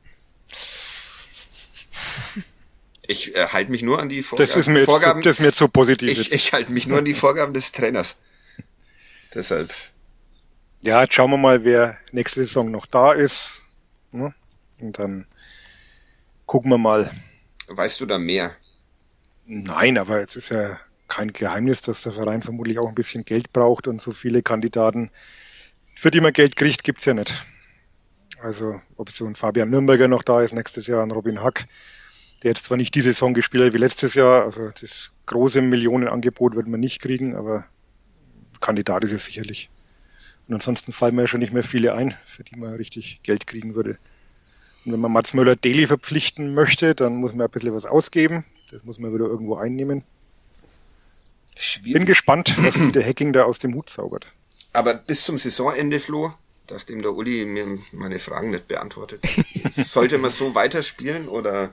B: Ich halte mich nur an die Vorgaben.
C: Das ist mir zu positiv.
B: Ich halte mich nur an die Vorgaben des Trainers. Deshalb.
C: Ja, jetzt schauen wir mal, wer nächste Saison noch da ist. Und dann gucken wir mal.
B: Weißt du da mehr?
C: Nein, aber es ist ja kein Geheimnis, dass der Verein vermutlich auch ein bisschen Geld braucht und so viele Kandidaten, für die man Geld kriegt, gibt's ja nicht. Also, ob so ein Fabian Nürnberger noch da ist, nächstes Jahr ein Robin Hack. der jetzt zwar nicht die Saison gespielt hat wie letztes Jahr, also das große Millionenangebot wird man nicht kriegen, aber Kandidat ist es sicherlich. Und ansonsten fallen mir ja schon nicht mehr viele ein, für die man richtig Geld kriegen würde. Und wenn man Mats Möller-Deli verpflichten möchte, dann muss man ein bisschen was ausgeben. Das muss man wieder irgendwo einnehmen.
B: Schwierig.
C: Bin gespannt, was der Hacking da aus dem Hut zaubert.
B: Aber bis zum Saisonende, Flo, nachdem der Uli mir meine Fragen nicht beantwortet, sollte man so weiterspielen oder?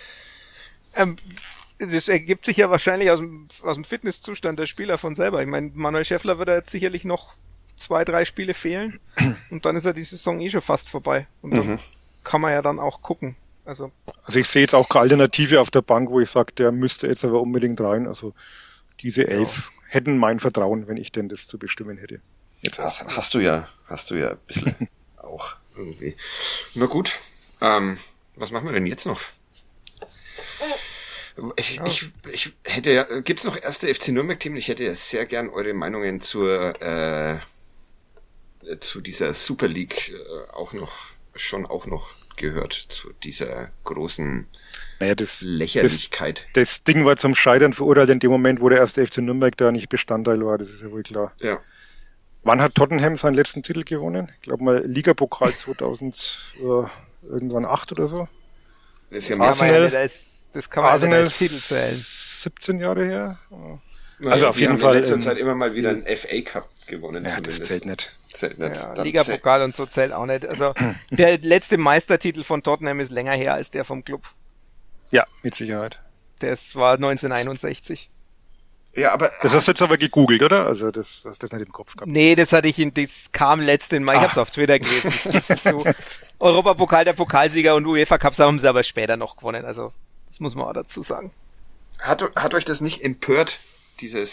D: Das ergibt sich ja wahrscheinlich aus dem Fitnesszustand der Spieler von selber. Ich meine, Manuel Schäffler wird da jetzt sicherlich noch 2-3 Spiele fehlen und dann ist ja die Saison schon fast vorbei. Und dann kann man ja dann auch gucken. Also
C: ich sehe jetzt auch keine Alternative auf der Bank, wo ich sage, der müsste jetzt aber unbedingt rein. Also diese 11 hätten mein Vertrauen, wenn ich denn das zu bestimmen hätte.
B: Jetzt hast du ja ein bisschen auch irgendwie. Na gut, was machen wir denn jetzt noch? Ich hätte ja, gibt's noch erste FC Nürnberg-Themen? Ich hätte ja sehr gern eure Meinungen zu dieser Super League auch noch gehört, zu dieser großen Lächerlichkeit.
C: Das Ding war zum Scheitern verurteilt in dem Moment, wo der erste FC Nürnberg da nicht Bestandteil war, das ist ja wohl klar.
B: Ja.
C: Wann hat Tottenham seinen letzten Titel gewonnen? Ich glaube mal Ligapokal 2008 oder so.
D: Das ist ja Arsenal, das kann man
C: Arsenal
D: als Titel zählen.
C: 17 Jahre her.
B: Also auf jeden Fall in letzter Zeit immer mal wieder einen FA Cup gewonnen.
C: Ja,
B: zumindest.
C: das zählt nicht.
D: Ja, Ligapokal und so zählt auch nicht. Also der letzte Meistertitel von Tottenham ist länger her als der vom Club.
C: Ja, mit Sicherheit.
D: Das war 1961.
B: Ja, aber
C: das hast du jetzt aber gegoogelt, oder? Also das hast du nicht im Kopf gehabt.
D: Nee, das kam letzten Mal. Ich hab's auf Twitter gelesen. Das ist so. Europapokal, der Pokalsieger und UEFA Cups haben sie aber später noch gewonnen. Also das muss man auch dazu sagen.
B: Hat euch das nicht empört, diese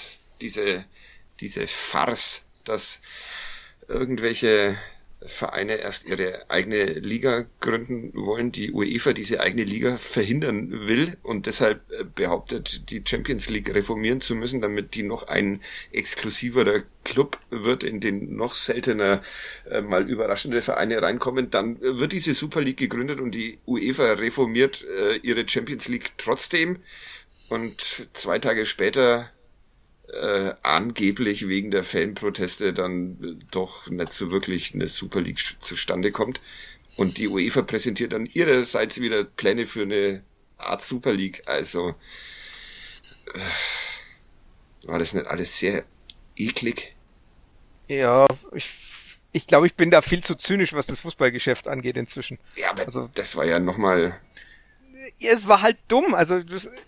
B: Farce, dass irgendwelche Vereine erst ihre eigene Liga gründen wollen, die UEFA diese eigene Liga verhindern will und deshalb behauptet, die Champions League reformieren zu müssen, damit die noch ein exklusiverer Club wird, in den noch seltener mal überraschende Vereine reinkommen, dann wird diese Super League gegründet und die UEFA reformiert ihre Champions League trotzdem und 2 Tage später angeblich wegen der Fanproteste dann doch nicht so wirklich eine Super League zustande kommt. Und die UEFA präsentiert dann ihrerseits wieder Pläne für eine Art Super League. Also war das nicht alles sehr eklig?
D: Ja, ich glaube, ich bin da viel zu zynisch, was das Fußballgeschäft angeht inzwischen.
B: Ja, aber also, das war ja nochmal...
D: Ja, es war halt dumm. Also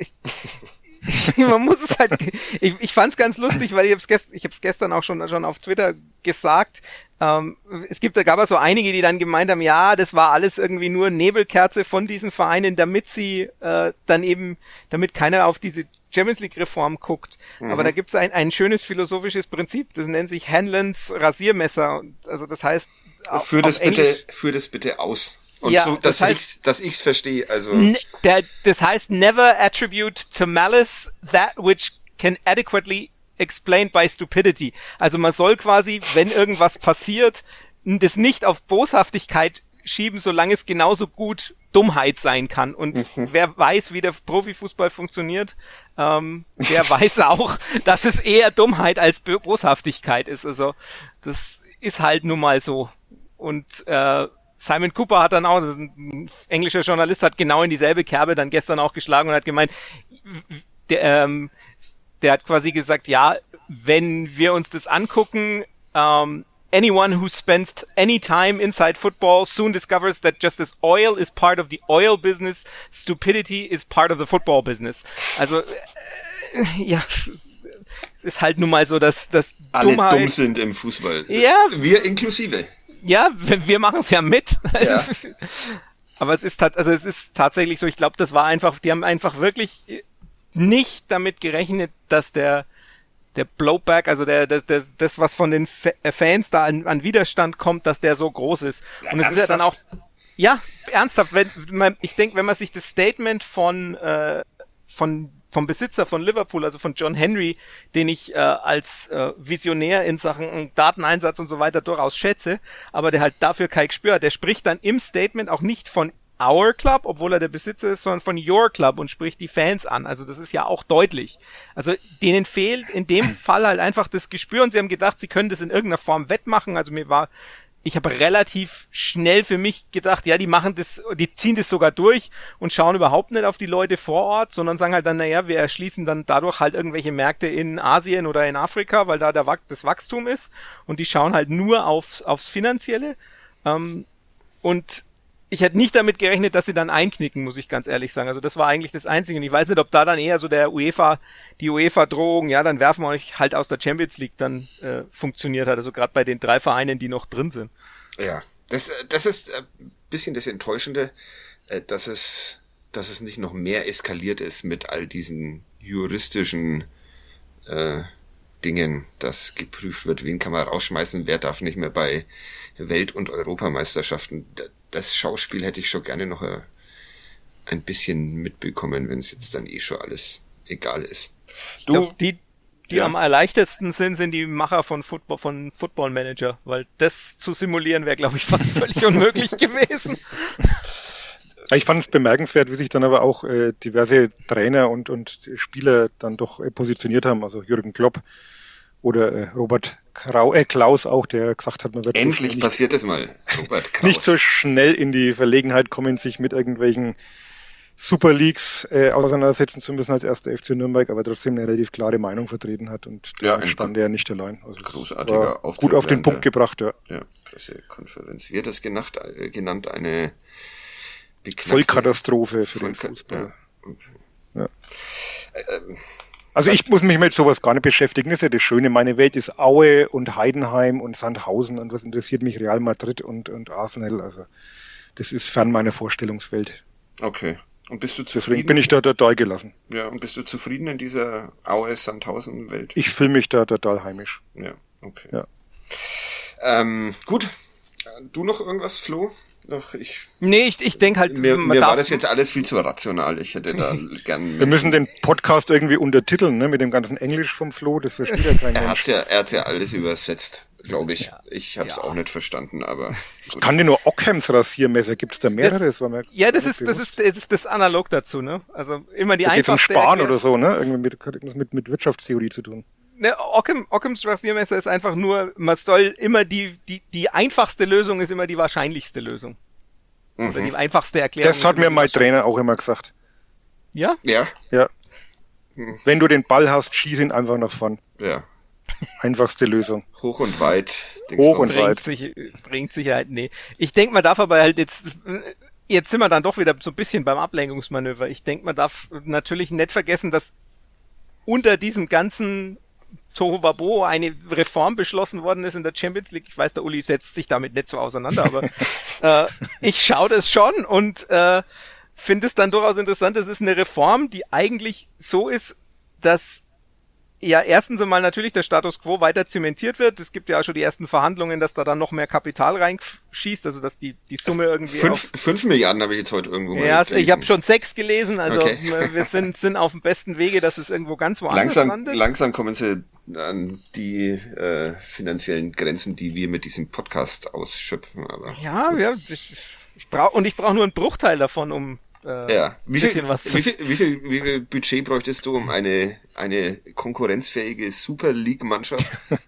D: man muss es halt, ich fand's ganz lustig, weil ich hab's gestern auch schon auf Twitter gesagt. Da gab es so einige, die dann gemeint haben, ja, das war alles irgendwie nur Nebelkerze von diesen Vereinen, damit sie damit keiner auf diese Champions League Reform guckt. Aber da gibt's ein schönes philosophisches Prinzip, das nennt sich Hanlons Rasiermesser. Also das heißt,
B: führ das bitte aus. Und
D: ja,
B: so, dass ich's verstehe, also.
D: Das heißt, never attribute to malice that which can adequately explained by stupidity. Also man soll quasi, wenn irgendwas passiert, das nicht auf Boshaftigkeit schieben, solange es genauso gut Dummheit sein kann. Und wer weiß, wie der Profifußball funktioniert, der weiß auch, dass es eher Dummheit als Boshaftigkeit ist. Also das ist halt nun mal so. Und Simon Cooper hat dann auch, ein englischer Journalist, hat genau in dieselbe Kerbe dann gestern auch geschlagen und hat gemeint, der hat quasi gesagt, ja, wenn wir uns das angucken, anyone who spends any time inside football soon discovers that just as oil is part of the oil business, stupidity is part of the football business. Also, ja, es ist halt nun mal so, dass
B: alle dumm sind im Fußball.
D: Ja.
B: Wir inklusive.
D: Ja, wir machen es ja mit.
B: Ja.
D: Aber es ist tatsächlich so, ich glaube, die haben einfach wirklich nicht damit gerechnet, dass der Blowback, also das was von den Fans da an Widerstand kommt, dass der so groß ist.
B: Ja,
D: und es ist ja dann auch, ja, ernsthaft, ich denke, wenn man sich das Statement vom Besitzer von Liverpool, also von John Henry, den ich als Visionär in Sachen Dateneinsatz und so weiter durchaus schätze, aber der halt dafür kein Gespür hat, der spricht dann im Statement auch nicht von our club, obwohl er der Besitzer ist, sondern von your club und spricht die Fans an. Also das ist ja auch deutlich. Also denen fehlt in dem Fall halt einfach das Gespür und sie haben gedacht, sie können das in irgendeiner Form wettmachen. Also ich habe relativ schnell für mich gedacht, ja, die ziehen das sogar durch und schauen überhaupt nicht auf die Leute vor Ort, sondern sagen halt dann, naja, wir erschließen dann dadurch halt irgendwelche Märkte in Asien oder in Afrika, weil da das Wachstum ist und die schauen halt nur aufs Finanzielle. Und ich hätte nicht damit gerechnet, dass sie dann einknicken, muss ich ganz ehrlich sagen. Also das war eigentlich das Einzige. Und ich weiß nicht, ob da dann eher so die UEFA-Drohung, ja, dann werfen wir euch halt aus der Champions League dann funktioniert hat. Also gerade bei den 3 Vereinen, die noch drin sind.
B: Ja, das ist ein bisschen das Enttäuschende, dass es nicht noch mehr eskaliert ist mit all diesen juristischen Dingen, dass geprüft wird, wen kann man rausschmeißen, wer darf nicht mehr bei Welt- und Europameisterschaften. Das Schauspiel hätte ich schon gerne noch ein bisschen mitbekommen, wenn es jetzt dann schon alles egal ist.
D: Ich glaube, die am erleichtertsten sind die Macher von Football Manager, weil das zu simulieren wäre, glaube ich, fast völlig unmöglich gewesen.
C: Ich fand es bemerkenswert, wie sich dann aber auch diverse Trainer und Spieler dann doch positioniert haben. Also Jürgen Klopp oder Robert Klaus auch, der gesagt hat, man wird
B: endlich passiert es mal, Robert Klaus.
C: Nicht so schnell in die Verlegenheit kommen, sich mit irgendwelchen Super Leagues auseinandersetzen zu müssen als erster FC Nürnberg, aber trotzdem eine relativ klare Meinung vertreten hat und da stand er nicht allein. Also
B: großartiger Auftritt.
C: Gut auf den Punkt gebracht, ja.
B: Ja, Pressekonferenz. Wie hat das genannt? Eine
C: Vollkatastrophe für den Fußball.
B: Ja. Okay.
C: Ja. Also ich muss mich mit sowas gar nicht beschäftigen. Das ist ja das Schöne. Meine Welt ist Aue und Heidenheim und Sandhausen und was interessiert mich Real Madrid und Arsenal. Also das ist fern meiner Vorstellungswelt.
B: Okay. Und bist du zufrieden?
C: Deswegen bin ich da total gelassen.
B: Ja, und bist du zufrieden in dieser Aue-Sandhausen-Welt?
C: Ich fühle mich da total heimisch.
B: Ja, okay.
C: Ja.
B: Gut. Du noch irgendwas, Flo?
D: Nee, ich denke halt...
B: Mir war das jetzt alles viel zu rational. Ich hätte da gern...
C: Wir müssen den Podcast irgendwie untertiteln, ne, mit dem ganzen Englisch vom Flo. Das versteht ja kein Mensch.
B: Er hat's ja alles übersetzt, glaube ich. Ja. Ich habe es auch nicht verstanden, aber...
C: Ich kannte nur Ockhams Rasiermesser. Gibt's da mehrere? Das
D: ist das analog dazu, ne? Also immer die
C: einfachste... Da geht's um Sparen oder so, ne? Irgendwie mit Wirtschaftstheorie zu tun.
D: Ne, Ockhams Rasiermesser ist einfach nur, man soll immer die einfachste Lösung ist immer die wahrscheinlichste Lösung. Oder die einfachste Erklärung.
C: Das hat mir mein Trainer auch immer gesagt.
D: Ja?
B: Ja.
C: Ja. Wenn du den Ball hast, schieß ihn einfach nach vorn.
B: Ja.
C: Einfachste Lösung.
B: Hoch und weit.
D: Bringt Sicherheit, nee. Ich denke, man darf aber halt jetzt sind wir dann doch wieder so ein bisschen beim Ablenkungsmanöver. Ich denke, man darf natürlich nicht vergessen, dass unter diesem ganzen Tohuwabo eine Reform beschlossen worden ist in der Champions League. Ich weiß, der Uli setzt sich damit nicht so auseinander, aber ich schaue das schon und finde es dann durchaus interessant. Das ist eine Reform, die eigentlich so ist, dass ja erstens einmal natürlich der Status Quo weiter zementiert wird. Es gibt ja auch schon die ersten Verhandlungen, dass da dann noch mehr Kapital reinschießt, also dass die Summe irgendwie
B: 5 Milliarden habe ich jetzt heute irgendwo mal
D: gelesen. Ich habe schon 6 gelesen, also okay. Wir sind auf dem besten Wege, dass es irgendwo ganz woanders landet.
B: Langsam kommen sie an die finanziellen Grenzen, die wir mit diesem Podcast ausschöpfen. Aber
D: ja, ich brauche nur einen Bruchteil davon, um
B: Wie viel Budget bräuchtest du, um eine konkurrenzfähige Super League-Mannschaft?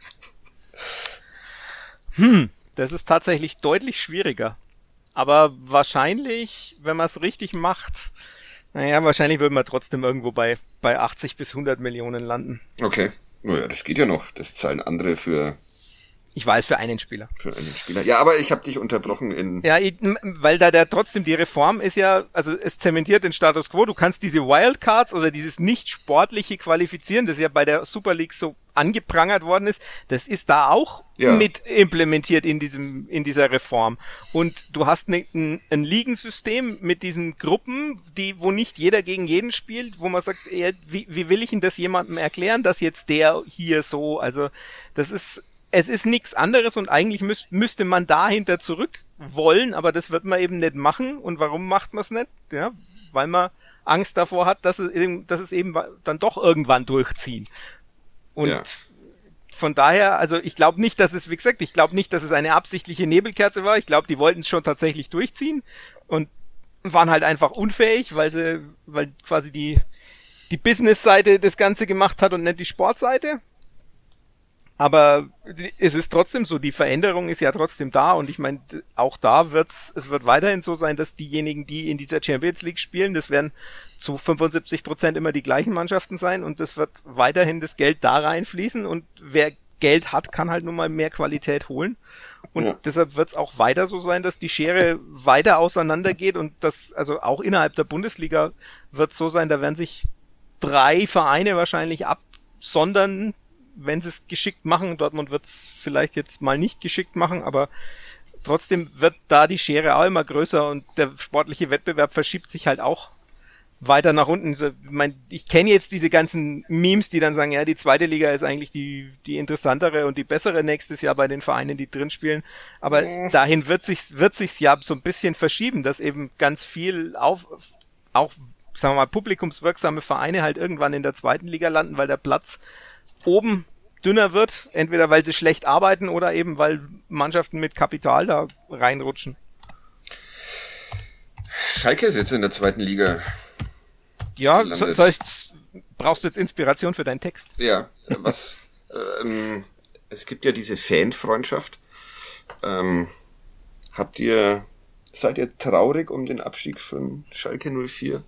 D: Das ist tatsächlich deutlich schwieriger. Aber wahrscheinlich, wenn man es richtig macht, wahrscheinlich würde man trotzdem irgendwo bei 80 bis 100 Millionen landen.
B: Okay. Naja, das geht ja noch. Das zahlen andere für...
D: Ich weiß, für einen Spieler.
B: Ja, aber ich habe dich unterbrochen
D: weil da trotzdem die Reform ist ja, also es zementiert den Status Quo. Du kannst diese Wildcards oder dieses nicht sportliche qualifizieren, das ja bei der Super League so angeprangert worden ist, das ist da auch mit implementiert in dieser Reform. Und du hast ein Ligensystem mit diesen Gruppen, wo nicht jeder gegen jeden spielt, wo man sagt, wie will ich denn das jemandem erklären, dass jetzt der hier so, also es ist nichts anderes und eigentlich müsste man dahinter zurück wollen, aber das wird man eben nicht machen. Und warum macht man es nicht? Ja, weil man Angst davor hat, dass es eben dann doch irgendwann durchziehen. Und von daher, also ich glaube nicht, dass es eine absichtliche Nebelkerze war. Ich glaube, die wollten es schon tatsächlich durchziehen. Und waren halt einfach unfähig, weil quasi die Business-Seite das Ganze gemacht hat und nicht die Sportseite. Aber es ist trotzdem so, die Veränderung ist ja trotzdem da und ich meine, auch da es wird weiterhin so sein, dass diejenigen, die in dieser Champions League spielen, das werden zu 75% immer die gleichen Mannschaften sein und das wird weiterhin das Geld da reinfließen und wer Geld hat, kann halt nun mal mehr Qualität holen. Und deshalb wird es auch weiter so sein, dass die Schere weiter auseinandergeht und das, also auch innerhalb der Bundesliga wird es so sein, da werden sich 3 Vereine wahrscheinlich absondern, wenn sie es geschickt machen. Dortmund wird es vielleicht jetzt mal nicht geschickt machen, aber trotzdem wird da die Schere auch immer größer und der sportliche Wettbewerb verschiebt sich halt auch weiter nach unten. Ich kenne jetzt diese ganzen Memes, die dann sagen, ja, die zweite Liga ist eigentlich die interessantere und die bessere nächstes Jahr bei den Vereinen, die drin spielen. Aber dahin wird sich's ja so ein bisschen verschieben, dass eben ganz viel auch, sagen wir mal, publikumswirksame Vereine halt irgendwann in der zweiten Liga landen, weil der Platz oben dünner wird, entweder weil sie schlecht arbeiten oder eben weil Mannschaften mit Kapital da reinrutschen.
B: Schalke ist jetzt in der zweiten Liga.
D: Ja, brauchst du jetzt Inspiration für deinen Text?
B: Ja, es gibt ja diese Fanfreundschaft. Seid ihr traurig um den Abstieg von Schalke 04?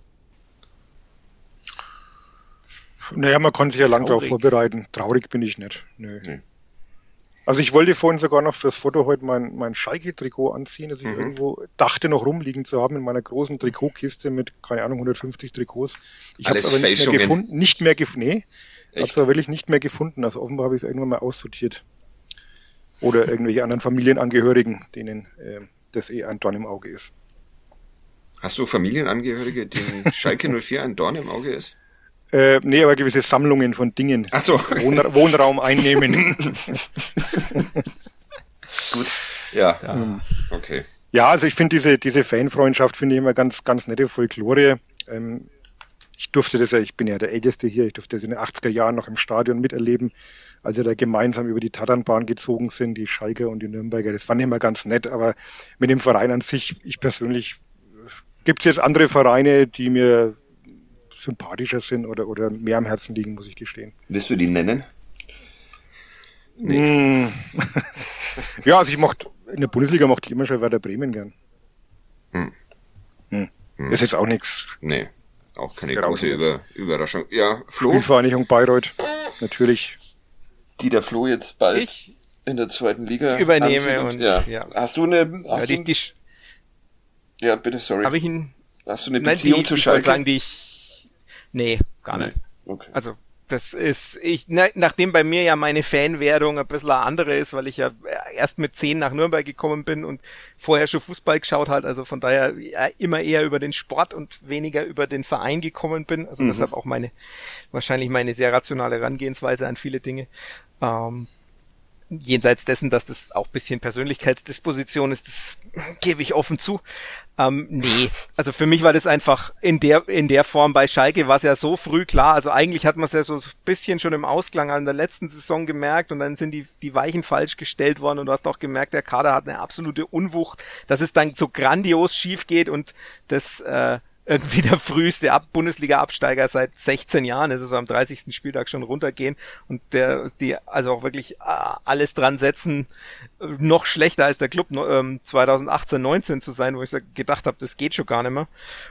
C: Naja, man kann sich ja lang darauf vorbereiten. Traurig bin ich nicht. Nö. Nee. Also ich wollte vorhin sogar noch fürs Foto heute mein Schalke-Trikot anziehen, das ich irgendwo dachte noch rumliegen zu haben in meiner großen Trikotkiste mit, keine Ahnung, 150 Trikots. Ich habe es aber nicht mehr gefunden. Nee, ich habe es aber wirklich nicht mehr gefunden. Also offenbar habe ich es irgendwann mal aussortiert. Oder irgendwelche anderen Familienangehörigen, denen das ein Dorn im Auge ist.
B: Hast du Familienangehörige, denen Schalke 04 ein Dorn im Auge ist?
C: Nee, aber gewisse Sammlungen von Dingen.
B: Ach so.
C: Wohnraum einnehmen.
B: Gut. Ja. Okay.
C: Ja, also ich finde diese Fanfreundschaft finde ich immer ganz, ganz nette Folklore. Ich bin ja der Älteste hier, ich durfte das in den 80er Jahren noch im Stadion miterleben, als wir da gemeinsam über die Tatanbahn gezogen sind, die Schalker und die Nürnberger. Das fand ich immer ganz nett, aber mit dem Verein an sich, ich persönlich, gibt's jetzt andere Vereine, die mir sympathischer sind oder mehr am Herzen liegen, muss ich gestehen.
B: Willst du die nennen?
C: Nee. Ja, also in der Bundesliga mochte ich immer schon Werder Bremen gern. Ist jetzt auch nichts.
B: Nee, auch keine große Überraschung. Ja, Flo?
C: Spielvereinigung Bayreuth, natürlich.
B: Die der Flo jetzt bald in der zweiten Liga
D: übernehme. Und
B: ja. Hast du eine...
D: Ja,
B: bitte, sorry. Hast du eine
D: Beziehung
B: zu Schalke?
D: Ich wollte sagen, Nee, gar nicht.
B: Okay.
D: Also, das ist, nachdem bei mir ja meine Fanwerdung ein bisschen eine andere ist, weil ich ja erst mit 10 nach Nürnberg gekommen bin und vorher schon Fußball geschaut hat, also von daher immer eher über den Sport und weniger über den Verein gekommen bin, also deshalb auch wahrscheinlich meine sehr rationale Herangehensweise an viele Dinge. Jenseits dessen, dass das auch ein bisschen Persönlichkeitsdisposition ist, das gebe ich offen zu. Nee, also für mich war das einfach in der Form bei Schalke war es ja so früh klar, also eigentlich hat man es ja so ein bisschen schon im Ausklang an der letzten Saison gemerkt und dann sind die Weichen falsch gestellt worden und du hast auch gemerkt, der Kader hat eine absolute Unwucht, dass es dann so grandios schief geht und das irgendwie der früheste Bundesliga-Absteiger seit 16 Jahren, ist also am 30. Spieltag schon runtergehen und die also auch wirklich alles dran setzen, noch schlechter als der Club 2018-19 zu sein, wo ich gedacht habe, das geht schon gar nicht mehr.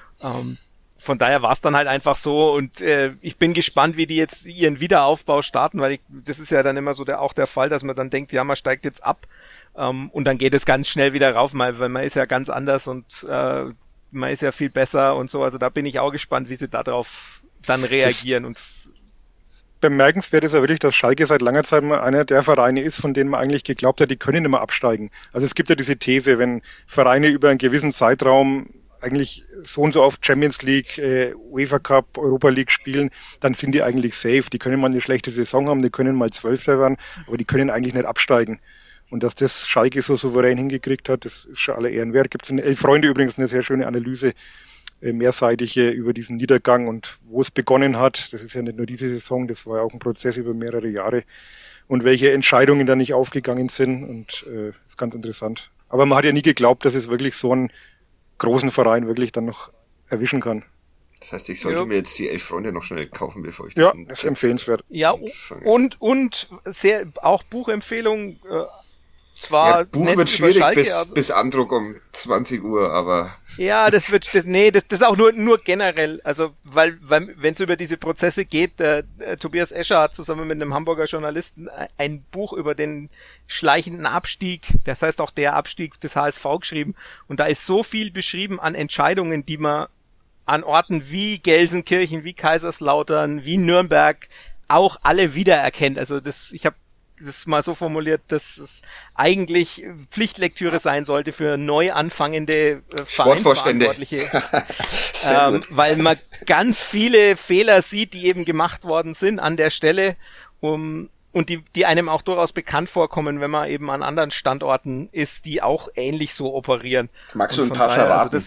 D: Von daher war es dann halt einfach so und ich bin gespannt, wie die jetzt ihren Wiederaufbau starten, weil das ist ja dann immer so auch der Fall, dass man dann denkt, ja, man steigt jetzt ab und dann geht es ganz schnell wieder rauf, weil man ist ja ganz anders und man ist ja viel besser und so, also da bin ich auch gespannt, wie sie darauf dann reagieren. Und
C: bemerkenswert ist ja wirklich, dass Schalke seit langer Zeit mal einer der Vereine ist, von denen man eigentlich geglaubt hat, die können immer absteigen. Also es gibt ja diese These, wenn Vereine über einen gewissen Zeitraum eigentlich so und so oft Champions League, UEFA Cup, Europa League spielen, dann sind die eigentlich safe. Die können mal eine schlechte Saison haben, die können mal 12. werden, aber die können eigentlich nicht absteigen. Und dass das Schalke so souverän hingekriegt hat, das ist schon aller Ehren wert. Gibt es in 11 Freunde übrigens eine sehr schöne Analyse, mehrseitige über diesen Niedergang und wo es begonnen hat. Das ist ja nicht nur diese Saison, das war ja auch ein Prozess über mehrere Jahre. Und welche Entscheidungen da nicht aufgegangen sind und ist ganz interessant. Aber man hat ja nie geglaubt, dass es wirklich so ein großen Verein wirklich dann noch erwischen kann.
B: Das heißt, ich sollte mir jetzt die 11 Freunde noch schnell kaufen, bevor ich
C: das ist empfehlenswert.
D: Ja, und sehr auch Buchempfehlung. Zwar
B: Buch wird schwierig bis Andruck um 20 Uhr, aber...
D: Ja, das ist auch nur generell, also weil wenn es über diese Prozesse geht, Tobias Escher hat zusammen mit einem Hamburger Journalisten ein Buch über den schleichenden Abstieg, das heißt auch der Abstieg des HSV geschrieben, und da ist so viel beschrieben an Entscheidungen, die man an Orten wie Gelsenkirchen, wie Kaiserslautern, wie Nürnberg auch alle wiedererkennt. Also ich habe das mal so formuliert, dass es eigentlich Pflichtlektüre sein sollte für neu anfangende Vereinsverantwortliche, weil man ganz viele Fehler sieht, die eben gemacht worden sind an der Stelle, und die einem auch durchaus bekannt vorkommen, wenn man eben an anderen Standorten ist, die auch ähnlich so operieren.
B: Magst du ein paar verraten?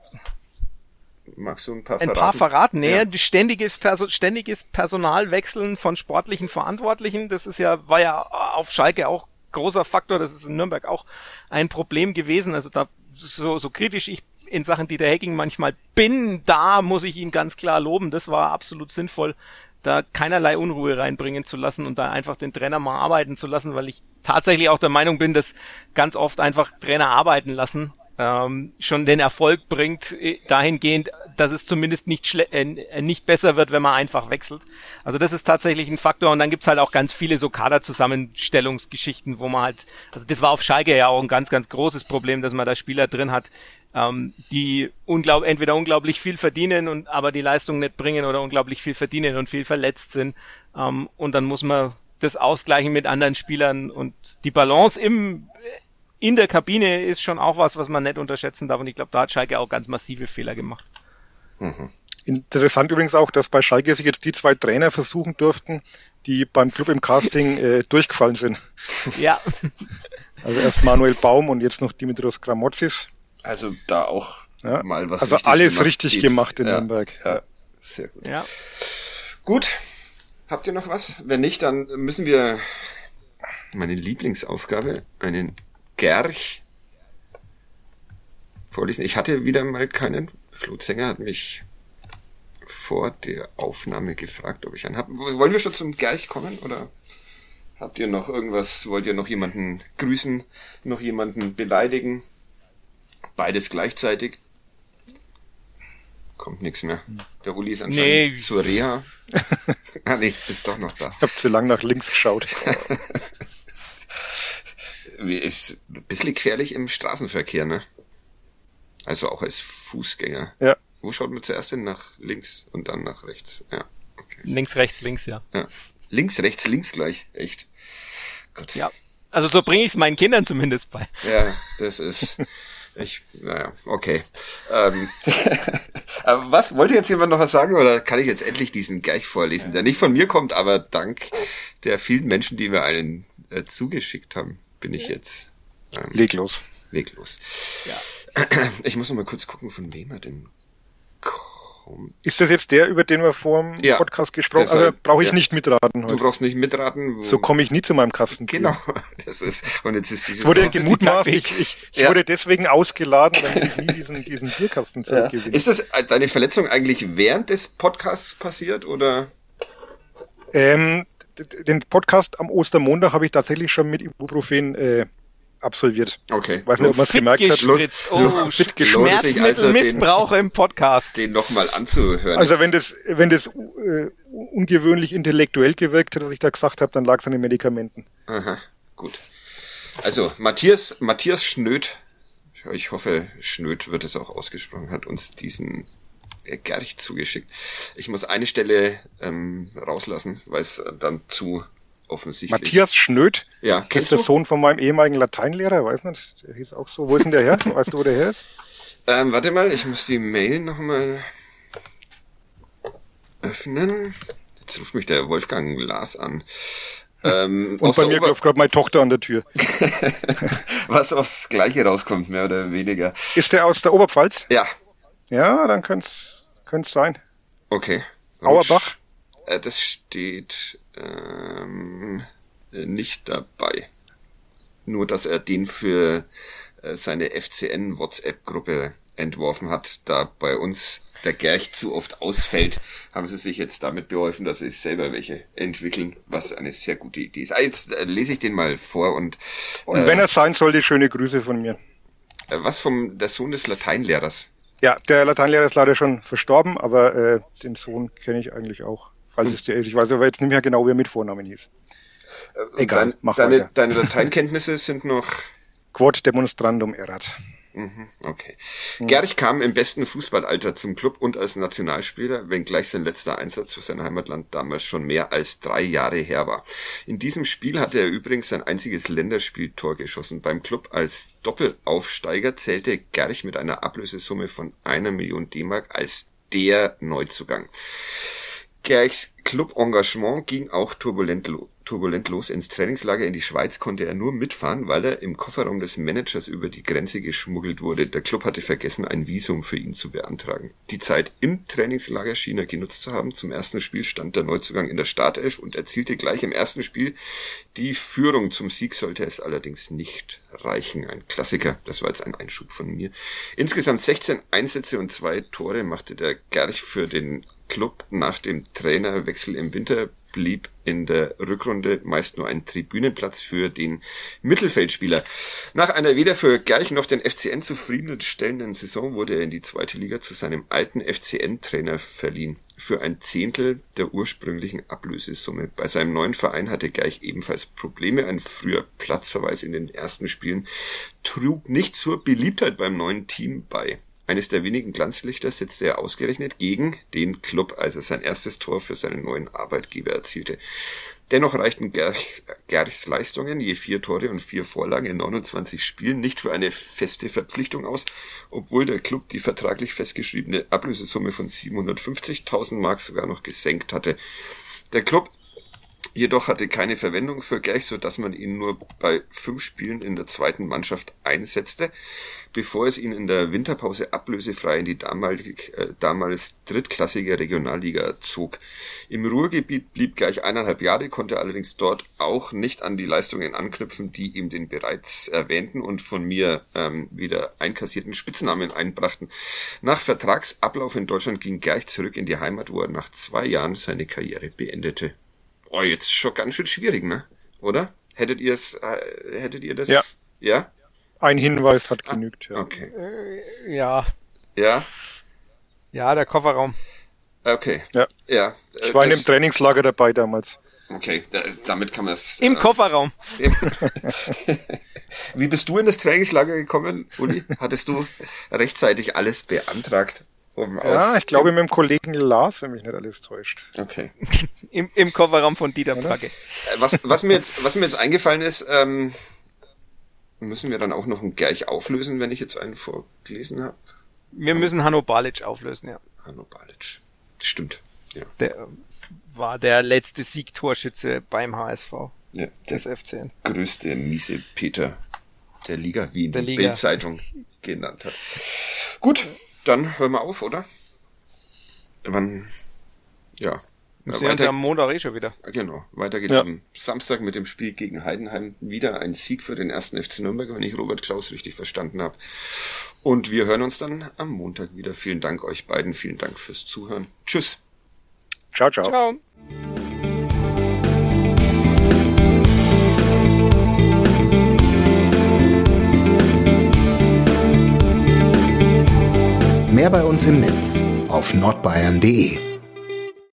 D: Ein paar verraten? Nee, ja. Ständiges Personalwechseln von sportlichen Verantwortlichen, das war ja auf Schalke auch großer Faktor, das ist in Nürnberg auch ein Problem gewesen, also da so kritisch ich in Sachen Dieter Hecking manchmal bin, da muss ich ihn ganz klar loben, das war absolut sinnvoll, da keinerlei Unruhe reinbringen zu lassen und da einfach den Trainer mal arbeiten zu lassen, weil ich tatsächlich auch der Meinung bin, dass ganz oft einfach Trainer arbeiten lassen schon den Erfolg bringt, dahingehend, dass es zumindest nicht besser wird, wenn man einfach wechselt. Also das ist tatsächlich ein Faktor, und dann gibt's halt auch ganz viele so Kaderzusammenstellungsgeschichten, wo man halt, also das war auf Schalke ja auch ein ganz, ganz großes Problem, dass man da Spieler drin hat, die entweder unglaublich viel verdienen aber die Leistung nicht bringen, oder unglaublich viel verdienen und viel verletzt sind, und dann muss man das ausgleichen mit anderen Spielern, und die Balance in der Kabine ist schon auch was man nicht unterschätzen darf, und ich glaube, da hat Schalke auch ganz massive Fehler gemacht.
C: Mhm. Interessant übrigens auch, dass bei Schalke sich jetzt die 2 Trainer versuchen durften, die beim Club im Casting durchgefallen sind.
D: Ja.
C: Also erst Manuel Baum und jetzt noch Dimitrios Gramotzis.
B: Also da auch mal was
C: also
B: richtig
C: alles
B: gemacht
C: richtig gemacht in Nürnberg.
B: Ja, sehr gut.
D: Ja.
B: Gut, habt ihr noch was? Wenn nicht, dann müssen wir meine Lieblingsaufgabe, einen Gerch vorlesen. Ich hatte wieder mal keinen. Flo Zenger hat mich vor der Aufnahme gefragt, ob ich einen habe. Wollen wir schon zum Gerch kommen, oder habt ihr noch irgendwas? Wollt ihr noch jemanden grüßen, noch jemanden beleidigen? Beides gleichzeitig? Kommt nichts mehr. Der Uli ist anscheinend zur Reha. Nee, ist doch noch da.
C: Ich habe zu lang nach links geschaut.
B: Ist ein bisschen gefährlich im Straßenverkehr, ne? Also auch als Fußgänger.
C: Ja.
B: Wo schaut man zuerst hin? Nach links und dann nach rechts. Ja, okay.
D: Links, rechts, links, ja.
B: Links, rechts, links gleich. Echt. Gott.
D: Ja. Also so bringe ich es meinen Kindern zumindest bei.
B: Ja, das ist... okay. Aber was? Wollte jetzt jemand noch was sagen, oder kann ich jetzt endlich diesen Gerch vorlesen, der nicht von mir kommt, aber dank der vielen Menschen, die mir einen zugeschickt haben, bin ich jetzt
C: Leglos.
B: Ja. Ich muss noch mal kurz gucken, von wem er denn kommt.
C: Ist das jetzt der, über den wir vor dem Podcast gesprochen haben? Also brauche ich nicht mitraten heute.
B: Du brauchst nicht mitraten.
C: So komme ich nie zu meinem Kasten.
B: Genau, das ist, und jetzt ist dieses...
C: Wurde gemutmaßt, ich wurde deswegen ausgeladen, damit ich nie diesen Bierkasten zurückgewinne.
B: Ist das deine Verletzung eigentlich während des Podcasts passiert, oder?
C: Den Podcast am Ostermontag habe ich tatsächlich schon mit Ibuprofen absolviert.
B: Okay.
C: Weiß nicht, ob man es gemerkt hat.
D: Schmerzmittelmissbrauch im Podcast.
B: Den nochmal anzuhören.
C: Also wenn das ungewöhnlich intellektuell gewirkt hat, was ich da gesagt habe, dann lag es an den Medikamenten.
B: Aha, gut. Also Matthias Schnöd, ich hoffe Schnöd wird es auch ausgesprochen, hat uns diesen Gerch zugeschickt. Ich muss eine Stelle rauslassen, weil es dann zu offensichtlich.
C: Matthias Schnöd?
B: Ja,
C: kennst du? Der Sohn von meinem ehemaligen Lateinlehrer, weiß nicht, der hieß auch so. Wo ist denn der her? Weißt du, wo der her ist?
B: Warte mal, ich muss die Mail nochmal öffnen. Jetzt ruft mich der Wolfgang Lars an.
C: Und bei mir klopft gerade meine Tochter an der Tür.
B: Was aufs Gleiche rauskommt, mehr oder weniger.
C: Ist der aus der Oberpfalz?
B: Ja.
C: Ja, dann könnte es sein.
B: Okay.
C: Auerbach?
B: Das steht nicht dabei. Nur, dass er den für seine FCN-WhatsApp-Gruppe entworfen hat, da bei uns der Gerch zu oft ausfällt, haben sie sich jetzt damit beholfen, dass sie selber welche entwickeln, was eine sehr gute Idee ist. Jetzt lese ich den mal vor und
C: wenn er sein sollte, schöne Grüße von mir.
B: Was der Sohn des Lateinlehrers?
C: Ja, der Lateinlehrer ist leider schon verstorben, aber den Sohn kenne ich eigentlich auch, falls es der ist. Ich weiß aber jetzt nicht mehr genau, wie er mit Vornamen hieß. Egal,
B: deine Lateinkenntnisse sind noch...
C: Quod demonstrandum erat.
B: Okay. Gerch kam im besten Fußballalter zum Club und als Nationalspieler, wenngleich sein letzter Einsatz für sein Heimatland damals schon mehr als 3 Jahre her war. In diesem Spiel hatte er übrigens sein einziges Länderspieltor geschossen. Beim Club als Doppelaufsteiger zählte Gerch mit einer Ablösesumme von 1 Million D-Mark als der Neuzugang. Gerchs Club-Engagement ging auch turbulent los. Ins Trainingslager in die Schweiz konnte er nur mitfahren, weil er im Kofferraum des Managers über die Grenze geschmuggelt wurde. Der Club hatte vergessen, ein Visum für ihn zu beantragen. Die Zeit im Trainingslager schien er genutzt zu haben. Zum ersten Spiel stand der Neuzugang in der Startelf und erzielte gleich im ersten Spiel die Führung. Zum Sieg sollte es allerdings nicht reichen. Ein Klassiker, das war jetzt ein Einschub von mir. Insgesamt 16 Einsätze und 2 Tore machte der Gerch für den Club. Nach dem Trainerwechsel im Winter blieb in der Rückrunde meist nur ein Tribünenplatz für den Mittelfeldspieler. Nach einer weder für Gerch noch den FCN zufriedenstellenden Saison wurde er in die 2. Liga zu seinem alten FCN-Trainer verliehen. Für ein Zehntel der ursprünglichen Ablösesumme. Bei seinem neuen Verein hatte Gerch ebenfalls Probleme. Ein früher Platzverweis in den ersten Spielen trug nicht zur Beliebtheit beim neuen Team bei. Eines der wenigen Glanzlichter setzte er ausgerechnet gegen den Club, als er sein erstes Tor für seinen neuen Arbeitgeber erzielte. Dennoch reichten Gerchs Leistungen, je 4 Tore und 4 Vorlagen in 29 Spielen, nicht für eine feste Verpflichtung aus, obwohl der Club die vertraglich festgeschriebene Ablösesumme von 750.000 Mark sogar noch gesenkt hatte. Der Club jedoch hatte keine Verwendung für Gerch, so dass man ihn nur bei 5 Spielen in der 2. Mannschaft einsetzte, bevor es ihn in der Winterpause ablösefrei in die damals drittklassige Regionalliga zog. Im Ruhrgebiet blieb Gerch 1,5 Jahre, konnte allerdings dort auch nicht an die Leistungen anknüpfen, die ihm den bereits erwähnten und von mir wieder einkassierten Spitznamen einbrachten. Nach Vertragsablauf in Deutschland ging Gerch zurück in die Heimat, wo er nach 2 Jahren seine Karriere beendete. Oh, jetzt schon ganz schön schwierig, ne? Oder? Hättet ihr das?
C: Ja.
B: Ja?
C: Ein Hinweis hat genügt, ja.
B: Okay.
D: Ja.
B: Ja?
D: Ja, der Kofferraum.
B: Okay.
C: Ja. Ich war in dem Trainingslager dabei damals.
B: Okay, damit kann man es...
D: Im Kofferraum.
B: Wie bist du in das Trainingslager gekommen, Uli? Hattest du rechtzeitig alles beantragt?
C: Ja, ich glaube mit dem Kollegen Lars, wenn mich nicht alles täuscht.
B: Okay.
D: Im Kofferraum von Dieter Bragge.
B: Was mir jetzt eingefallen ist, müssen wir dann auch noch einen Gerch auflösen, wenn ich jetzt einen vorgelesen habe?
D: Wir müssen Hanno Balic auflösen, ja.
B: Hanno Balic. Stimmt. Ja.
D: Der war der letzte Siegtorschütze beim HSV.
B: Ja,
D: des FCN.
B: Größte miese Peter der Liga, wie ihn die Bild-Zeitung genannt hat. Gut. Dann hören wir auf, oder? Ja.
D: Wir sehen uns ja am Montag schon wieder.
B: Genau. Weiter geht's am Samstag mit dem Spiel gegen Heidenheim. Wieder ein Sieg für den 1. FC Nürnberg, wenn ich Robert Klaus richtig verstanden habe. Und wir hören uns dann am Montag wieder. Vielen Dank euch beiden. Vielen Dank fürs Zuhören. Tschüss.
C: Ciao, ciao.
D: Ciao.
A: Mehr bei uns im Netz auf nordbayern.de